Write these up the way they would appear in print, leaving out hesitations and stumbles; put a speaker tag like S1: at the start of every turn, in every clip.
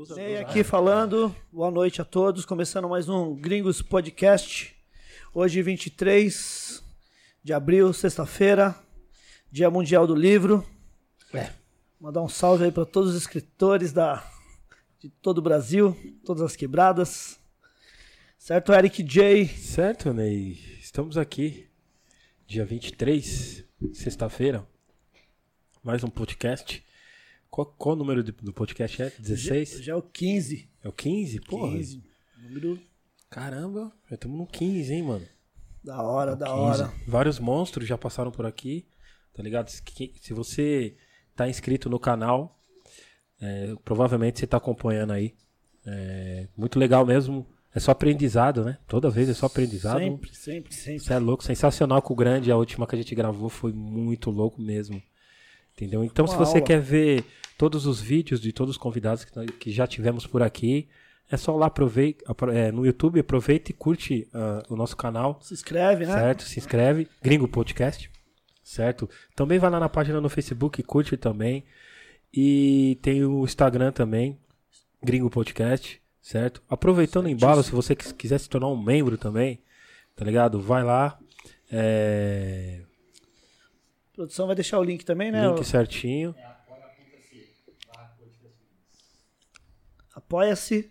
S1: Ney aqui falando, boa noite a todos, começando mais um Gringos Podcast, hoje 23 de abril, sexta-feira, Dia Mundial do Livro. Mandar um salve aí para todos os escritores de todo o Brasil, todas as quebradas, certo, Eric J?
S2: Certo, Ney, estamos aqui, dia 23, sexta-feira, mais um podcast. Qual o número do podcast é? 16?
S1: Já é o 15.
S2: É o 15? Porra.
S1: 15. Número...
S2: Caramba, já estamos no 15, hein, mano?
S1: Da hora,
S2: no
S1: da
S2: 15.
S1: hora.
S2: Vários monstros já passaram por aqui, tá ligado? Se você tá inscrito no canal, provavelmente você tá acompanhando aí. Muito legal mesmo. É só aprendizado, né? Toda vez é só aprendizado.
S1: Sempre.
S2: Você é louco, sensacional com o Grande. A última que a gente gravou foi muito louco mesmo. Entendeu? Então, se você quer ver todos os vídeos de todos os convidados que já tivemos por aqui, é só lá no YouTube, aproveita e curte o nosso canal.
S1: Se inscreve, né?
S2: Certo? Se inscreve. Gringo Podcast. Certo? Também vai lá na página no Facebook e curte também. E tem o Instagram também, Gringo Podcast. Certo? Aproveitando o embalo, se você quiser se tornar um membro também, tá ligado? Vai lá.
S1: A produção vai deixar o link também, né?
S2: Link certinho.
S1: Apoia-se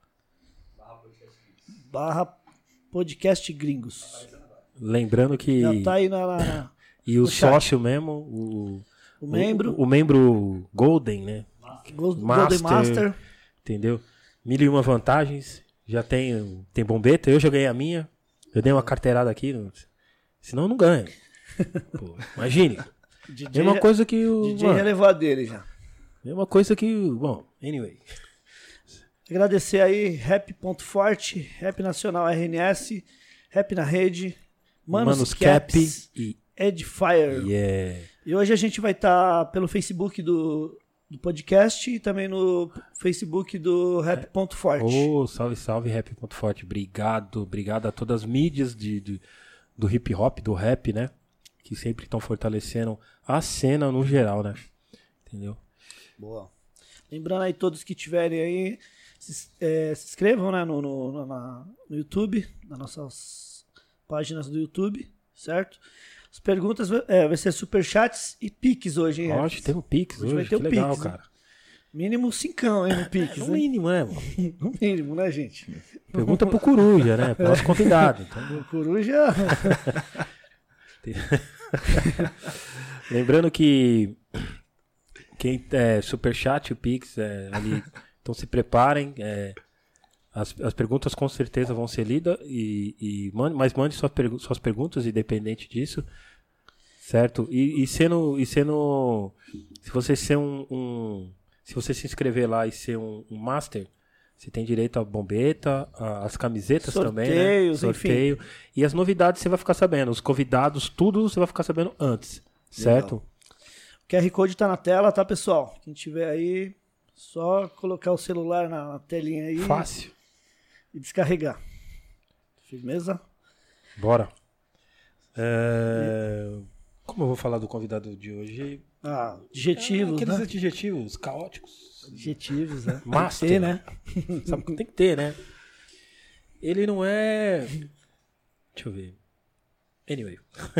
S1: /podcast gringos.
S2: Lembrando que...
S1: Já tá aí na
S2: e o
S1: no
S2: sócio mesmo,
S1: o membro.
S2: O membro Golden, né?
S1: Golden Master.
S2: Entendeu? 1001 vantagens. Já tem bombeta. Eu já ganhei a minha. Eu dei uma carteirada aqui. Senão eu não ganho. Pô, imagine. Mesma coisa que o...
S1: DJ relevou a dele já.
S2: Mesma coisa que... Bom, anyway.
S1: Agradecer aí, Rap.Forte, Rap Nacional RNS, Rap na Rede, Manos Caps
S2: e
S1: Edifier.
S2: Yeah.
S1: E hoje a gente vai estar pelo Facebook do podcast e também no Facebook do Rap.Forte.
S2: Salve, Rap.Forte. Obrigado a todas as mídias do hip hop, do rap, né? Que sempre estão fortalecendo a cena no geral, né? Entendeu?
S1: Boa. Lembrando aí todos que tiverem aí, se inscrevam, né, no YouTube, nas nossas páginas do YouTube, certo? As perguntas vai ser superchats e piques hoje, hein?
S2: Hoje tem um Pix hoje,
S1: vai ter
S2: que legal,
S1: Pix,
S2: cara.
S1: Né? Mínimo 5, hein, no Pix,
S2: No
S1: né?
S2: mínimo, né, mano?
S1: No mínimo, né, gente?
S2: Pergunta pro Coruja, né? Pro nosso convidado. Então...
S1: O Coruja...
S2: Lembrando que quem superchat, o Pix, ali, então se preparem, as perguntas com certeza vão ser lidas, mas mande suas perguntas independente disso, certo? E sendo se você ser se você se inscrever lá e ser um master, você tem direito à bombeta, às camisetas também, né? Sorteio. Enfim. E as novidades você vai ficar sabendo. Os convidados, tudo você vai ficar sabendo antes. Certo?
S1: Legal. O QR Code tá na tela, tá, pessoal? Quem tiver aí, só colocar o celular na telinha aí.
S2: Fácil.
S1: E descarregar. Firmeza?
S2: Bora. Como eu vou falar do convidado de hoje?
S1: Adjetivos,
S2: aqueles
S1: né?
S2: adjetivos caóticos.
S1: Adjetivos, né?
S2: Master,
S1: tem que ter, né?
S2: Sabe que tem que ter, né? Ele não é... Deixa eu ver. Anyway.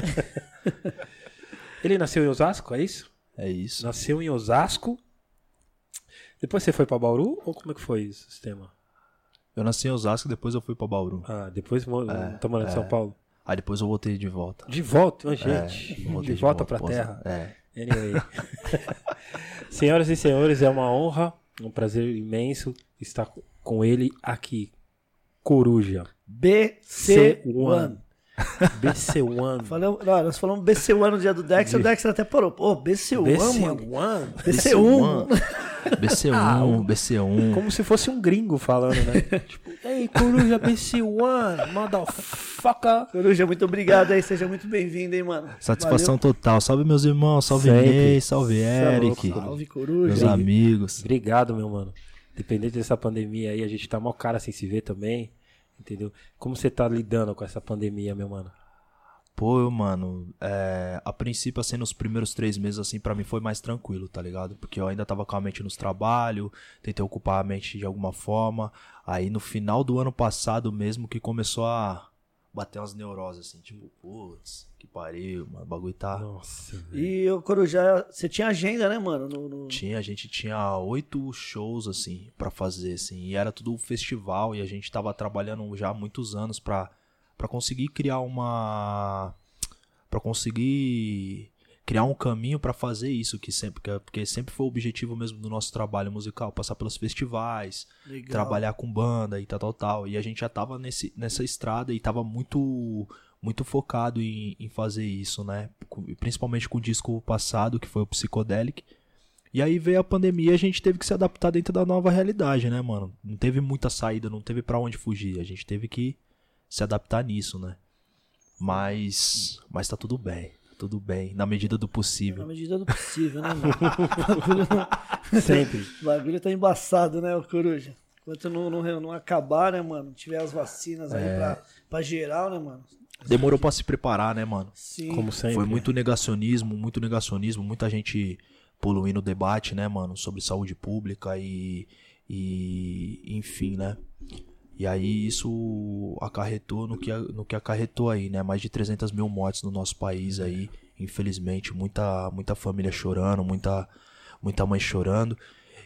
S2: Ele nasceu em Osasco, é isso?
S3: É isso.
S2: Nasceu em Osasco. Depois você foi pra Bauru? Ou como é que foi esse sistema?
S3: Eu nasci em Osasco, depois eu fui pra Bauru.
S2: Depois tá morando em São Paulo?
S3: Aí depois eu voltei de volta.
S2: De volta? Gente. De volta pra
S3: pô,
S2: terra. Anyway. Senhoras e senhores, é uma honra, um prazer imenso estar com ele aqui. Coruja.
S1: BC1.
S2: BC1.
S1: Nós falamos BC1 no dia do Dexter, o Dexter até parou. Pô, BC1, mano. BC1.
S3: BC1.
S2: Como se fosse um gringo falando, né? Tipo, ei, Coruja BC1, motherfucker.
S1: Coruja, muito obrigado aí, seja muito bem-vindo, hein, mano.
S3: Satisfação total. Salve, meus irmãos. Salve, Ney. Salve, Eric.
S1: Salve, Coruja.
S3: Meus amigos.
S2: Obrigado, meu mano. Independente dessa pandemia aí, a gente tá mó cara sem se ver também. Entendeu? Como você tá lidando com essa pandemia, meu mano?
S3: Pô, mano, a princípio, assim, nos primeiros 3 meses, assim, pra mim foi mais tranquilo, tá ligado? Porque eu ainda tava com a mente nos trabalhos, tentei ocupar a mente de alguma forma. Aí no final do ano passado mesmo que começou a bater umas neuroses, assim, tipo, putz, que pariu, mano, o bagulho tá...
S2: Nossa, velho.
S1: E o Corujá, você tinha agenda, né, mano?
S3: A gente tinha 8 shows, assim, pra fazer, assim, e era tudo festival, e a gente tava trabalhando já há muitos anos pra conseguir criar um caminho pra fazer isso, porque sempre foi o objetivo mesmo do nosso trabalho musical, passar pelos festivais,
S1: Legal.
S3: trabalhar com banda e tal, e a gente já tava nessa estrada e tava muito focado em fazer isso, né, principalmente com o disco passado, que foi o Psychedelic. E aí veio a pandemia e a gente teve que se adaptar dentro da nova realidade, né, mano? Não teve muita saída, não teve pra onde fugir. A gente teve que se adaptar nisso, né? Mas tá tudo bem, na medida do possível.
S1: Na medida do possível, né, mano? O bagulho
S2: Sempre.
S1: o bagulho tá embaçado, né, o Coruja? Enquanto não acabar, né, mano? Tiver as vacinas aí pra geral, né, mano?
S3: Demorou pra se preparar, né, mano?
S1: Sim.
S2: Como sempre.
S3: Foi muito negacionismo, muita gente poluindo o debate, né, mano, sobre saúde pública e enfim, né? E aí isso acarretou no que acarretou aí, né? Mais de 300 mil mortes no nosso país aí, infelizmente, muita família chorando, muita mãe chorando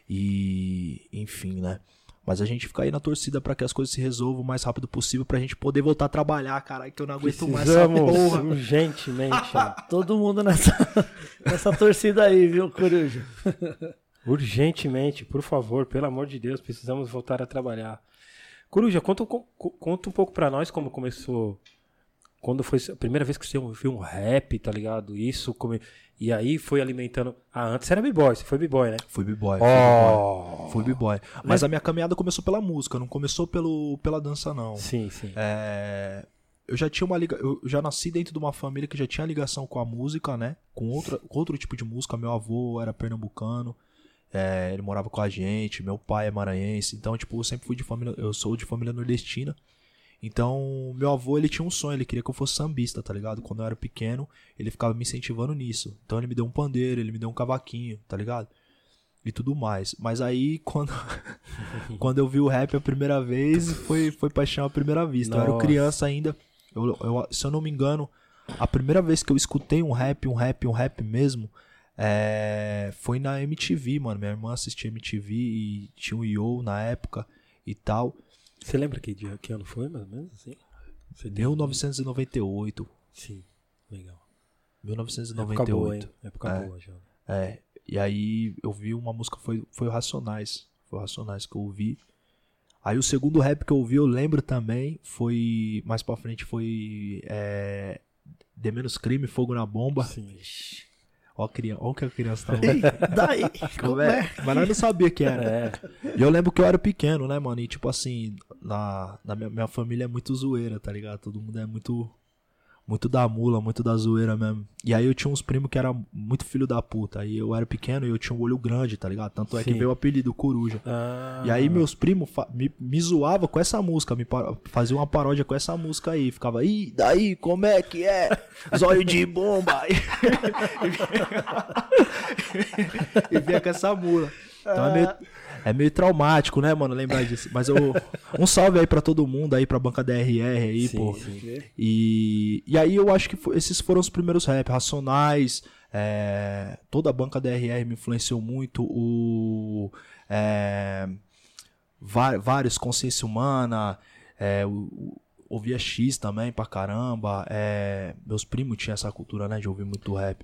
S3: e enfim, né? Mas a gente fica aí na torcida pra que as coisas se resolvam o mais rápido possível pra gente poder voltar a trabalhar, caralho, que eu não aguento mais essa
S2: Precisamos
S3: porra.
S2: urgentemente.
S1: Todo mundo nessa torcida aí, viu, Coruja?
S2: Urgentemente, por favor, pelo amor de Deus, precisamos voltar a trabalhar. Coruja, conta um pouco pra nós como começou, quando foi a primeira vez que você ouviu um rap, tá ligado? E aí foi alimentando... antes era b-boy, você foi b-boy, né?
S3: Fui b-boy,
S2: Oh!
S3: fui b-boy. Mas a minha caminhada começou pela música, não começou pela dança, não.
S2: Sim, sim.
S3: Eu já tinha eu já nasci dentro de uma família que já tinha ligação com a música, né? Com outro tipo de música. Meu avô era pernambucano. Ele morava com a gente, meu pai é maranhense, então, tipo, eu sou de família nordestina, então, meu avô, ele tinha um sonho, ele queria que eu fosse sambista, tá ligado? Quando eu era pequeno, ele ficava me incentivando nisso, então ele me deu um pandeiro, ele me deu um cavaquinho, tá ligado? E tudo mais, mas aí, quando eu vi o rap a primeira vez, foi paixão à primeira vista.
S2: Nossa.
S3: Eu era criança ainda, se eu não me engano, a primeira vez que eu escutei um rap mesmo, foi na MTV, mano. Minha irmã assistia MTV e tinha o Yo na época e tal.
S2: Você lembra que ano foi, mais ou menos? Assim?
S3: 1998.
S2: Sim, legal.
S3: 1998.
S2: Época boa já.
S3: E aí eu vi uma música, foi o Racionais. Foi o Racionais que eu ouvi. Aí o segundo rap que eu ouvi, eu lembro também, foi... Mais pra frente foi... De Menos Crime, Fogo na Bomba.
S2: Sim.
S3: Ó o que a criança tava...
S1: Ei, daí? Como é?
S3: Mas nós não sabia que era. E eu lembro que eu era pequeno, né, mano? E tipo assim, na minha família é muito zoeira, tá ligado? Todo mundo é muito da mula, muito da zoeira mesmo. E aí eu tinha uns primos que eram muito filho da puta. Aí eu era pequeno e eu tinha um olho grande, tá ligado? Tanto é que
S2: Sim.
S3: veio o apelido Coruja. E aí meus primos me zoavam com essa música, faziam uma paródia com essa música aí. Ficava, ih, daí, como é que é? Zóio de bomba. E vinha com essa mula. Então é meio traumático, né, mano, lembrar disso. Mas um salve aí pra todo mundo aí, pra banca DRR aí,
S2: Sim,
S3: pô.
S2: sim.
S3: E aí eu acho que esses foram os primeiros rap, Racionais, toda a banca DRR me influenciou muito, vários, Consciência Humana, ouvia X também pra caramba, meus primos tinham essa cultura, né, de ouvir muito rap.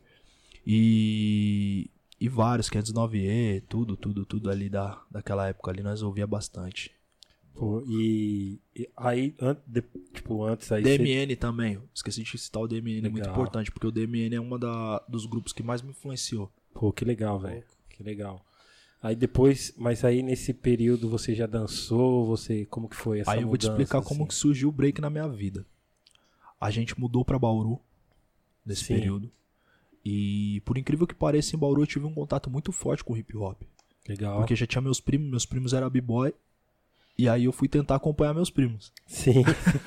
S3: E vários, 509E, tudo ali daquela época ali, nós ouvia bastante.
S2: Pô, e aí, antes aí...
S3: DMN também, esqueci de citar o DMN,
S2: Legal.
S3: é muito importante, porque o DMN é um dos grupos que mais me influenciou.
S2: Pô, que legal, velho. Que legal. Aí depois, mas aí nesse período você já dançou, como que foi essa mudança?
S3: Aí eu vou te explicar
S2: assim?
S3: como que surgiu o break na minha vida. A gente mudou pra Bauru nesse
S2: Sim.
S3: período. E por incrível que pareça, em Bauru eu tive um contato muito forte com o hip hop.
S2: Legal.
S3: Porque já tinha meus primos eram b-boy. E aí eu fui tentar acompanhar meus primos.
S2: Sim.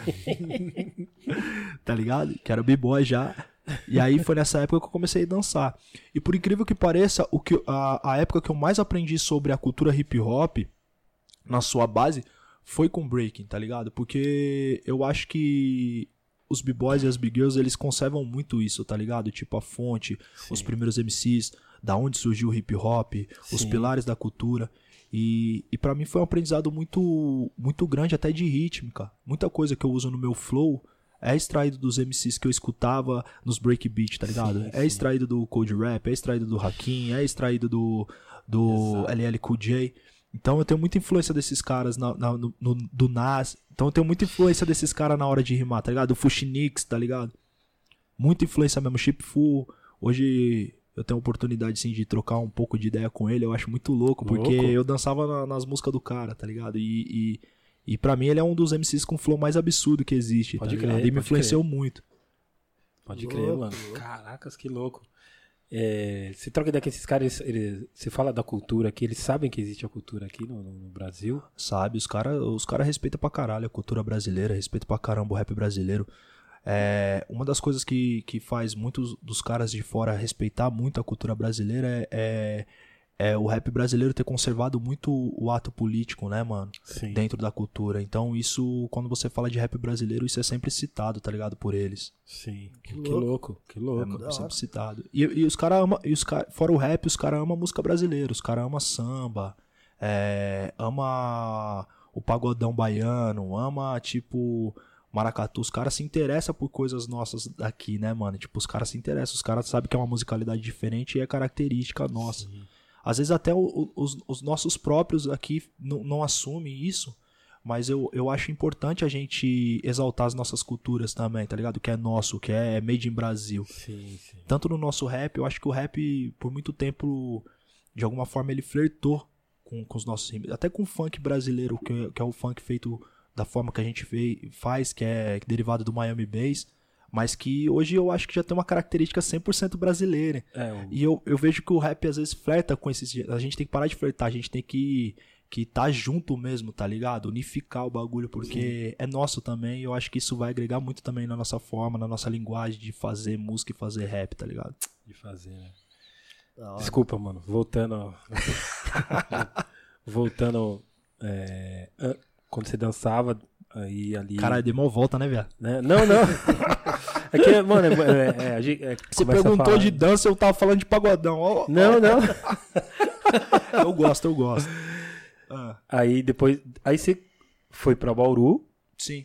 S3: Tá ligado? Que era b-boy já. E aí foi nessa época que eu comecei a dançar. E por incrível que pareça, a época que eu mais aprendi sobre a cultura hip hop, na sua base, foi com breaking, tá ligado? Porque eu acho que os b-boys e as b-girls, eles conservam muito isso, tá ligado? Tipo a fonte,
S2: Sim.
S3: os primeiros MCs, da onde surgiu o hip hop, os
S2: Sim.
S3: pilares da cultura. E pra mim foi um aprendizado muito, muito grande, até de rítmica. Muita coisa que eu uso no meu flow é extraído dos MCs que eu escutava nos breakbeat, tá ligado?
S2: Sim,
S3: é extraído do Cold Rap, é extraído do Hakim, é extraído do LL Cool J. Então eu tenho muita influência desses caras do Nas. Então eu tenho muita influência desses caras na hora de rimar, tá ligado? O Fuxinix, tá ligado? Muita influência mesmo. Chip Fu. Hoje eu tenho a oportunidade, sim, de trocar um pouco de ideia com ele. Eu acho muito louco, porque eu dançava nas músicas do cara, tá ligado? E pra mim ele é um dos MCs com flow mais absurdo que existe,
S2: Pode
S3: tá
S2: crer,
S3: ligado? E me
S2: pode
S3: influenciou muito.
S2: Pode crer, mano. Caracas, que louco. Você troca ideia com esses caras, você fala da cultura aqui, eles sabem que existe a cultura aqui no Brasil?
S3: Sabe, os cara respeitam pra caralho a cultura brasileira, respeitam pra caramba o rap brasileiro. Uma das coisas que faz muitos dos caras de fora respeitar muito a cultura brasileira é o rap brasileiro ter conservado muito o ato político, né, mano?
S2: Sim.
S3: Dentro da cultura. Então isso, quando você fala de rap brasileiro, isso é sempre citado, tá ligado? Por eles.
S2: Sim. Que louco.
S3: É sempre citado. E os caras amam, fora o rap, os caras amam música brasileira, os caras amam samba, ama o pagodão baiano, ama, tipo, maracatu. Os caras se interessam por coisas nossas daqui, né, mano? Tipo, os caras se interessam, os caras sabem que é uma musicalidade diferente e é característica nossa.
S2: Sim.
S3: Às vezes até os nossos próprios aqui não assumem isso, mas eu acho importante a gente exaltar as nossas culturas também, tá ligado? Que é nosso, que é made in Brasil.
S2: Sim.
S3: Tanto no nosso rap, eu acho que o rap, por muito tempo, de alguma forma, ele flertou com os nossos rimas. Até com o funk brasileiro, que é o funk feito da forma que a gente faz, que é derivado do Miami Bass, mas que hoje eu acho que já tem uma característica 100% brasileira. E eu vejo que o rap às vezes flerta com esses... A gente tem que parar de flertar, a gente tem que tá junto mesmo, tá ligado? Unificar o bagulho, porque é nosso também, e eu acho que isso vai agregar muito também na nossa forma, na nossa linguagem de fazer música e fazer rap, tá ligado?
S2: De fazer, né? Desculpa, mano. Voltando... quando você dançava... Aí ali...
S3: Caralho, deu uma volta, né, viado?
S2: Né? Não. É que, mano,
S3: você perguntou de dança, eu tava falando de pagodão.
S2: Não.
S3: Eu gosto.
S2: Aí depois... Aí você foi pra Bauru.
S3: Sim.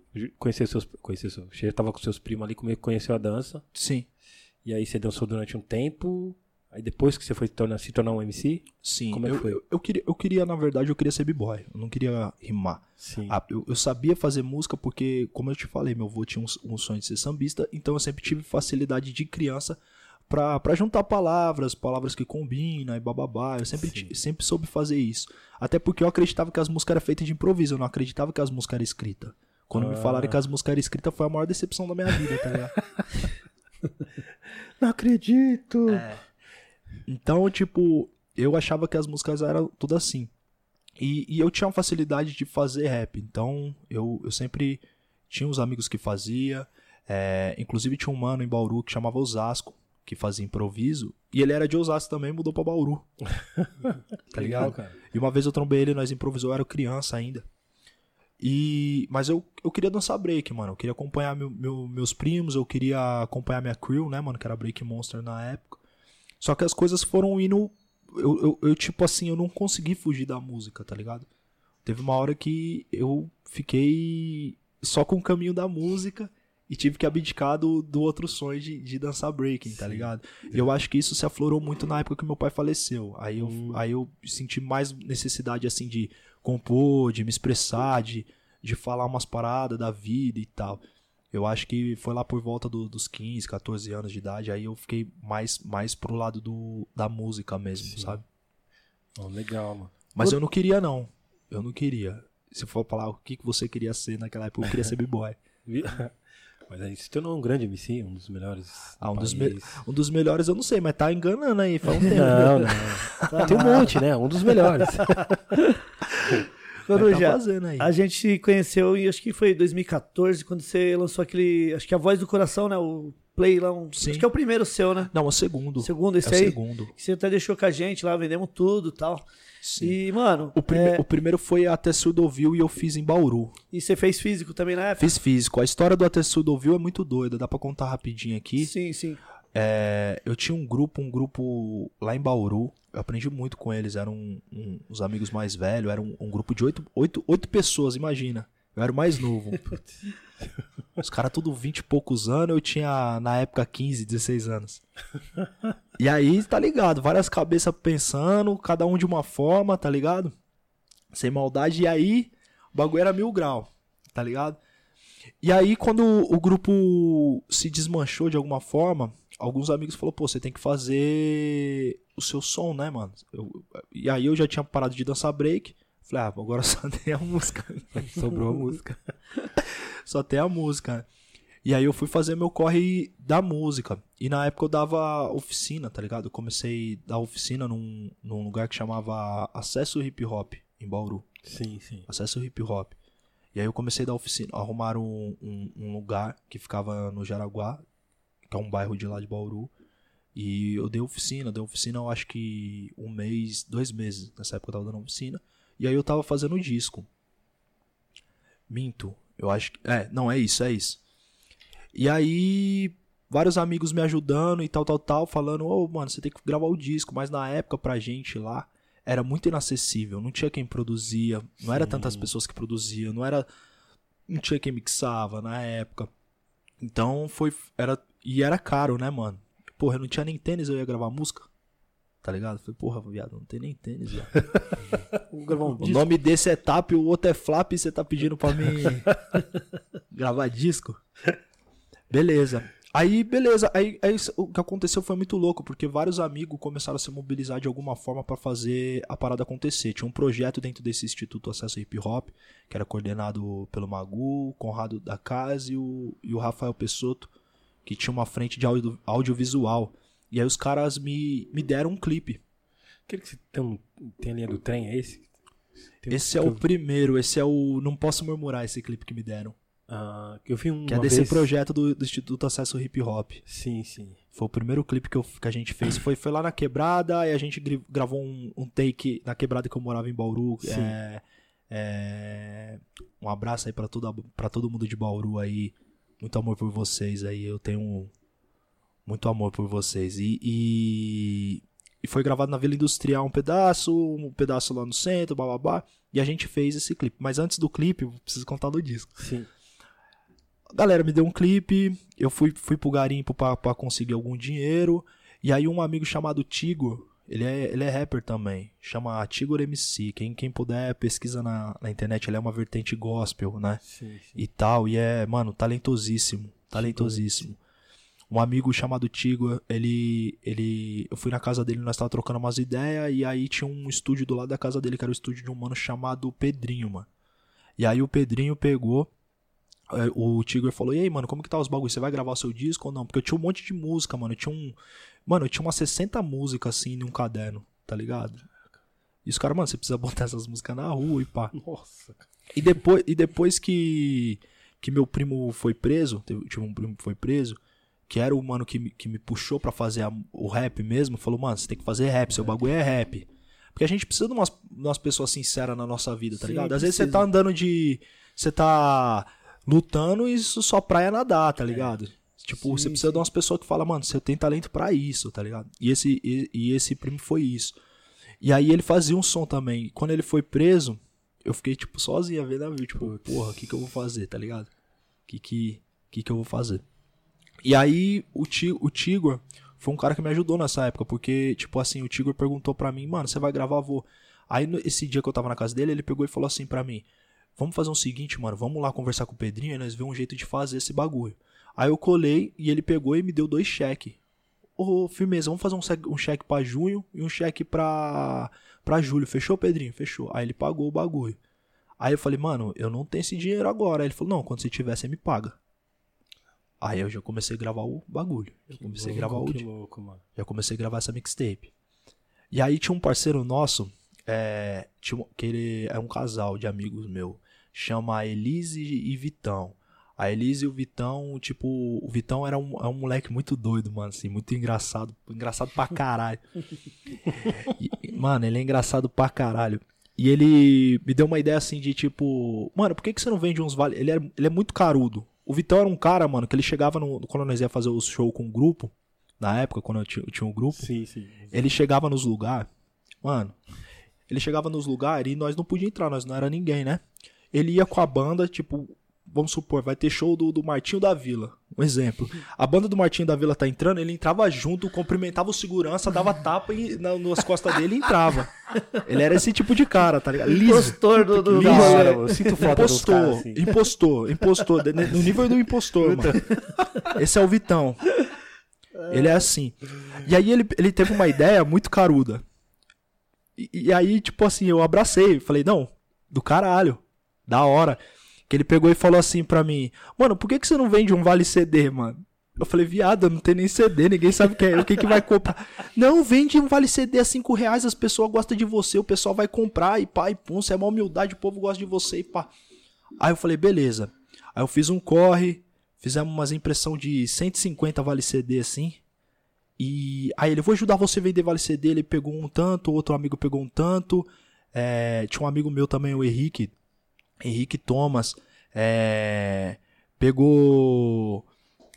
S2: Você tava com seus primos ali, conheceu a dança.
S3: Sim.
S2: E aí você dançou durante um tempo... Aí depois que você foi se tornar um MC?
S3: Sim.
S2: Como é que foi?
S3: Eu queria, na verdade, eu queria ser b-boy. Eu não queria rimar.
S2: Sim.
S3: Eu sabia fazer música porque, como eu te falei, meu avô tinha um sonho de ser sambista. Então eu sempre tive facilidade de criança pra juntar palavras que combinam e bababá. Eu sempre soube fazer isso. Até porque eu acreditava que as músicas eram feitas de improviso. Eu não acreditava que as músicas eram escritas. Quando me falaram que as músicas eram escritas, foi a maior decepção da minha vida, tá ligado?
S2: Não acredito!
S3: Então, tipo, eu achava que as músicas eram tudo assim. E eu tinha uma facilidade de fazer rap. Então, eu sempre tinha uns amigos que fazia. Inclusive, tinha um mano em Bauru que chamava Osasco, que fazia improviso. E ele era de Osasco também, mudou pra Bauru. Tá ligado?
S2: Legal, cara.
S3: E uma vez eu trombei ele, nós improvisou, eu era criança ainda. Mas eu queria dançar break, mano. Eu queria acompanhar meus primos, eu queria acompanhar minha crew, né, mano? Que era Break Monster na época. Só que as coisas foram indo... Eu tipo assim, eu não consegui fugir da música, tá ligado? Teve uma hora que eu fiquei só com o caminho da música e tive que abdicar do outro sonho de dançar breaking, tá ligado? E eu acho que isso se aflorou muito na época que meu pai faleceu. Aí eu senti mais necessidade, assim, de compor, de me expressar, de falar umas paradas da vida e tal. Eu acho que foi lá por volta dos 15, 14 anos de idade, aí eu fiquei mais pro lado da música mesmo, sabe?
S2: Legal, mano.
S3: Mas eu não queria, não. Eu não queria. Se for falar o que você queria ser naquela época, eu queria ser b-boy.
S2: Mas aí se tornou um grande MC, um dos melhores
S3: um dos melhores eu não sei, mas tá enganando aí, faz um tempo.
S2: Não. Tem um monte, né? Um dos melhores.
S1: Quando
S3: tá fazendo aí.
S1: A gente se conheceu em, acho que foi 2014, quando você lançou aquele, acho que A Voz do Coração, né? O Play lá,
S3: Sim.
S1: acho que é o primeiro seu, né?
S3: Não, é o segundo.
S1: Segundo, esse
S3: é
S1: aí?
S3: O segundo.
S1: Que você até deixou com a gente lá, vendemos tudo e tal.
S3: Sim.
S1: E, mano...
S3: O primeiro foi Até Surdo Ouviu e eu fiz em Bauru.
S1: E você fez físico também na época?
S3: Fiz físico. A história do Até Surdo Ouviu é muito doida, dá pra contar rapidinho aqui.
S1: Sim, sim.
S3: Eu tinha um grupo lá em Bauru, eu aprendi muito com eles, eram uns amigos mais velhos, era um grupo de 8 pessoas, imagina. Eu era o mais novo. Os caras tudo 20 e poucos anos, eu tinha na época 15, 16 anos. E aí, tá ligado, várias cabeças pensando, cada um de uma forma, tá ligado? Sem maldade, e aí o bagulho era 1000 grau, tá ligado? E aí, quando o grupo se desmanchou de alguma forma, alguns amigos falaram, pô, você tem que fazer o seu som, né, mano? E aí eu já tinha parado de dançar break. Falei, agora só tem a música. Sobrou a música. Só tem a música. E aí eu fui fazer meu corre da música. E na época eu dava oficina, tá ligado? Eu comecei a dar oficina num lugar que chamava Acesso Hip Hop, em Bauru.
S2: Sim, sim.
S3: Acesso Hip Hop. E aí eu comecei a dar oficina. Arrumaram um lugar que ficava no Jaraguá, que é um bairro de lá de Bauru. E eu dei oficina eu acho que 1 mês, 2 meses. Nessa época eu tava dando oficina. E aí eu tava fazendo o disco. Minto, eu acho que... não, é isso. E aí, vários amigos me ajudando e tal, falando, mano, você tem que gravar o disco. Mas na época, pra gente lá, era muito inacessível. Não tinha quem produzia, não era tantas pessoas que produziam, não tinha quem mixava na época. Então, era caro, né, mano? Porra, eu não tinha nem tênis, eu ia gravar música. Tá ligado? Falei, porra, viado, não tem nem tênis, viado. O nome desse é tap, o outro é flap e você tá pedindo pra mim gravar disco? Beleza. Aí o que aconteceu foi muito louco, porque vários amigos começaram a se mobilizar de alguma forma pra fazer a parada acontecer. Tinha um projeto dentro desse Instituto Acesso Hip Hop, que era coordenado pelo Magu, o Conrado da Casa e o Rafael Pessotto, que tinha uma frente de audiovisual. E aí os caras me deram um clipe.
S2: Aquele que tem a linha do trem, é esse?
S3: Esse é o primeiro, esse é o Não Posso Murmurar, esse clipe que me deram.
S2: Eu vi uma
S3: que é desse projeto do Instituto Acesso Hip Hop.
S2: Sim, sim.
S3: Foi o primeiro clipe que a gente fez. Foi lá na Quebrada, e a gente gravou um take na Quebrada que eu morava em Bauru. Um abraço aí pra todo mundo de Bauru aí. Muito amor por vocês aí. Eu tenho muito amor por vocês. E foi gravado na Vila Industrial um pedaço lá no centro, bababá. E a gente fez esse clipe. Mas antes do clipe, eu preciso contar do disco.
S2: Sim.
S3: A galera me deu um clipe, eu fui pro garimpo pra conseguir algum dinheiro. E aí um amigo chamado Tigor, ele é rapper também, chama Tigor MC. Quem puder, pesquisa na internet, ele é uma vertente gospel, né?
S2: Sim.
S3: E tal, e mano, talentosíssimo. Um amigo chamado Tigor, eu fui na casa dele, nós tava trocando umas ideias, e aí tinha um estúdio do lado da casa dele, que era o estúdio de um mano chamado Pedrinho, mano. E aí o Pedrinho pegou, o Tigor falou, e aí, mano, como que tá os bagulhos? Você vai gravar o seu disco ou não? Porque eu tinha um monte de música, mano. Eu tinha umas 60 músicas, assim, em um caderno, tá ligado? E os caras, mano, você precisa botar essas músicas na rua e pá.
S2: Nossa, cara.
S3: E depois que meu primo foi preso, tive um primo que foi preso, que era o mano que me puxou pra fazer o rap mesmo, falou, mano, você tem que fazer rap, seu bagulho é rap. Porque a gente precisa de umas pessoas sinceras na nossa vida, tá ligado? Às vezes você tá andando você tá lutando e isso só praia nadar, tá ligado? Tipo, você precisa de umas pessoas que falam, mano, você tem talento pra isso, tá ligado? E esse primo foi isso. E aí ele fazia um som também. E quando ele foi preso, eu fiquei, tipo, sozinho a ver na vida. Tipo, porra, o que eu vou fazer, tá ligado? O que eu vou fazer? E aí o Tigor foi um cara que me ajudou nessa época, porque, tipo assim, o Tigor perguntou pra mim, mano, você vai gravar, vou. Aí esse dia que eu tava na casa dele, ele pegou e falou assim pra mim, vamos fazer o seguinte, mano, vamos lá conversar com o Pedrinho e nós ver um jeito de fazer esse bagulho. Aí eu colei e ele pegou e me deu 2 cheques. Ô, firmeza, vamos fazer um cheque pra junho e um cheque pra julho. Fechou, Pedrinho? Fechou. Aí ele pagou o bagulho. Aí eu falei, mano, eu não tenho esse dinheiro agora. Aí ele falou, não, quando você tiver, você me paga. Aí eu já comecei a gravar o bagulho. Já comecei a gravar essa mixtape. E aí tinha um parceiro nosso, que ele é um casal de amigos meu, chama a Elise e Vitão. A Elise e o Vitão, tipo, o Vitão é um moleque muito doido, mano, assim, muito engraçado pra caralho. Mano, ele é engraçado pra caralho. E ele me deu uma ideia assim de tipo, mano, por que você não vende uns vale? Ele é muito carudo. O Vitão era um cara, mano, que ele chegava quando nós ia fazer o show com o grupo, na época, quando eu tinha um grupo,
S2: Sim.
S3: ele chegava nos lugares, mano, e nós não podíamos entrar, nós não era ninguém, né? Ele ia com a banda, tipo, vamos supor, vai ter show do Martinho da Vila, um exemplo. A banda do Martinho da Vila tá entrando, ele entrava junto, cumprimentava o segurança, dava tapa nas costas dele e entrava. Ele era esse tipo de cara, tá ligado?
S1: Impostor do
S3: Liso.
S2: Cara, eu sinto falta dos caras assim.
S3: Impostor, no nível do impostor, mano. Esse é o Vitão. Ele é assim. E aí ele teve uma ideia muito caruda. E aí, tipo assim, eu abracei, falei, não, do caralho, da hora. Que ele pegou e falou assim pra mim, mano, por que você não vende um vale CD, mano? Eu falei, viado, não tem nem CD, ninguém sabe o que vai comprar. Não, vende um vale CD a R$5, as pessoas gostam de você, o pessoal vai comprar e pá, e pum, você é uma humildade, o povo gosta de você e pá. Aí eu falei, beleza. Aí eu fiz um corre, fizemos umas impressão de 150 vale CD assim. E aí ele, vou ajudar você a vender vale CD, ele pegou um tanto, outro amigo pegou um tanto. Tinha um amigo meu também, o Henrique Thomas, pegou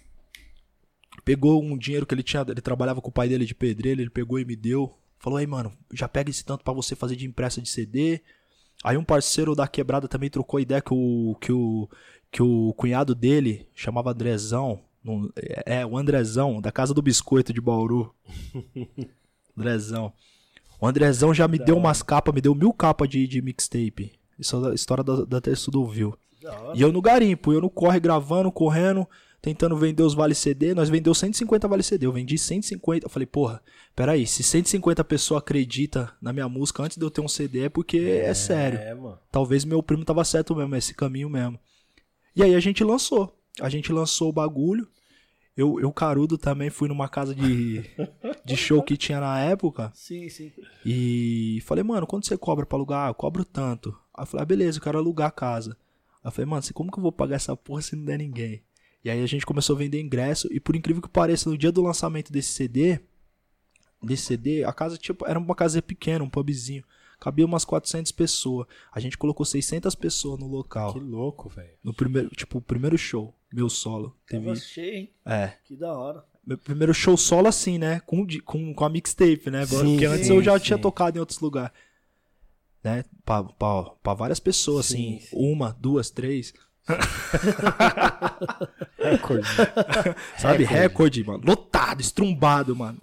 S3: um dinheiro que ele trabalhava com o pai dele de pedreiro, ele pegou e me deu, falou, aí mano, já pega esse tanto pra você fazer de impressa de CD. Aí um parceiro da quebrada também trocou ideia que o cunhado dele, chamava Andrezão, o Andrezão, da Casa do Biscoito de Bauru. Andrezão. O Andrezão já me deu umas capas, me deu 1000 capas de mixtape. Isso é a história da Terço do Viu. E eu no garimpo, eu no corre, gravando, correndo, tentando vender os vale CD. Nós vendeu 150 vale CD, eu vendi 150. Eu falei, porra, peraí, se 150 pessoas acreditam na minha música antes de eu ter um CD é porque é sério.
S2: Mano.
S3: Talvez meu primo tava certo mesmo, esse caminho mesmo. E aí a gente lançou o bagulho. Eu carudo também, fui numa casa de show que tinha na época.
S1: Sim.
S3: E falei, mano, quanto você cobra pra alugar? Eu cobro tanto. Aí eu falei, beleza, eu quero alugar a casa. Aí eu falei, mano, como que eu vou pagar essa porra se não der ninguém? E aí a gente começou a vender ingresso. E por incrível que pareça, no dia do lançamento desse CD, a casa tipo, era uma casa pequena, um pubzinho. Cabia umas 400 pessoas. A gente colocou 600 pessoas no local.
S2: Que louco, velho.
S3: No primeiro show, meu solo.
S1: Tava cheio, hein? Que da hora.
S3: Meu primeiro show solo assim, né? Com a mixtape, né? Porque antes eu já tinha tocado em outros lugares. Né? Pra várias pessoas, assim. 1, 2, 3.
S2: Recorde.
S3: Sabe? Recorde, mano. Lotado, estrumbado, mano.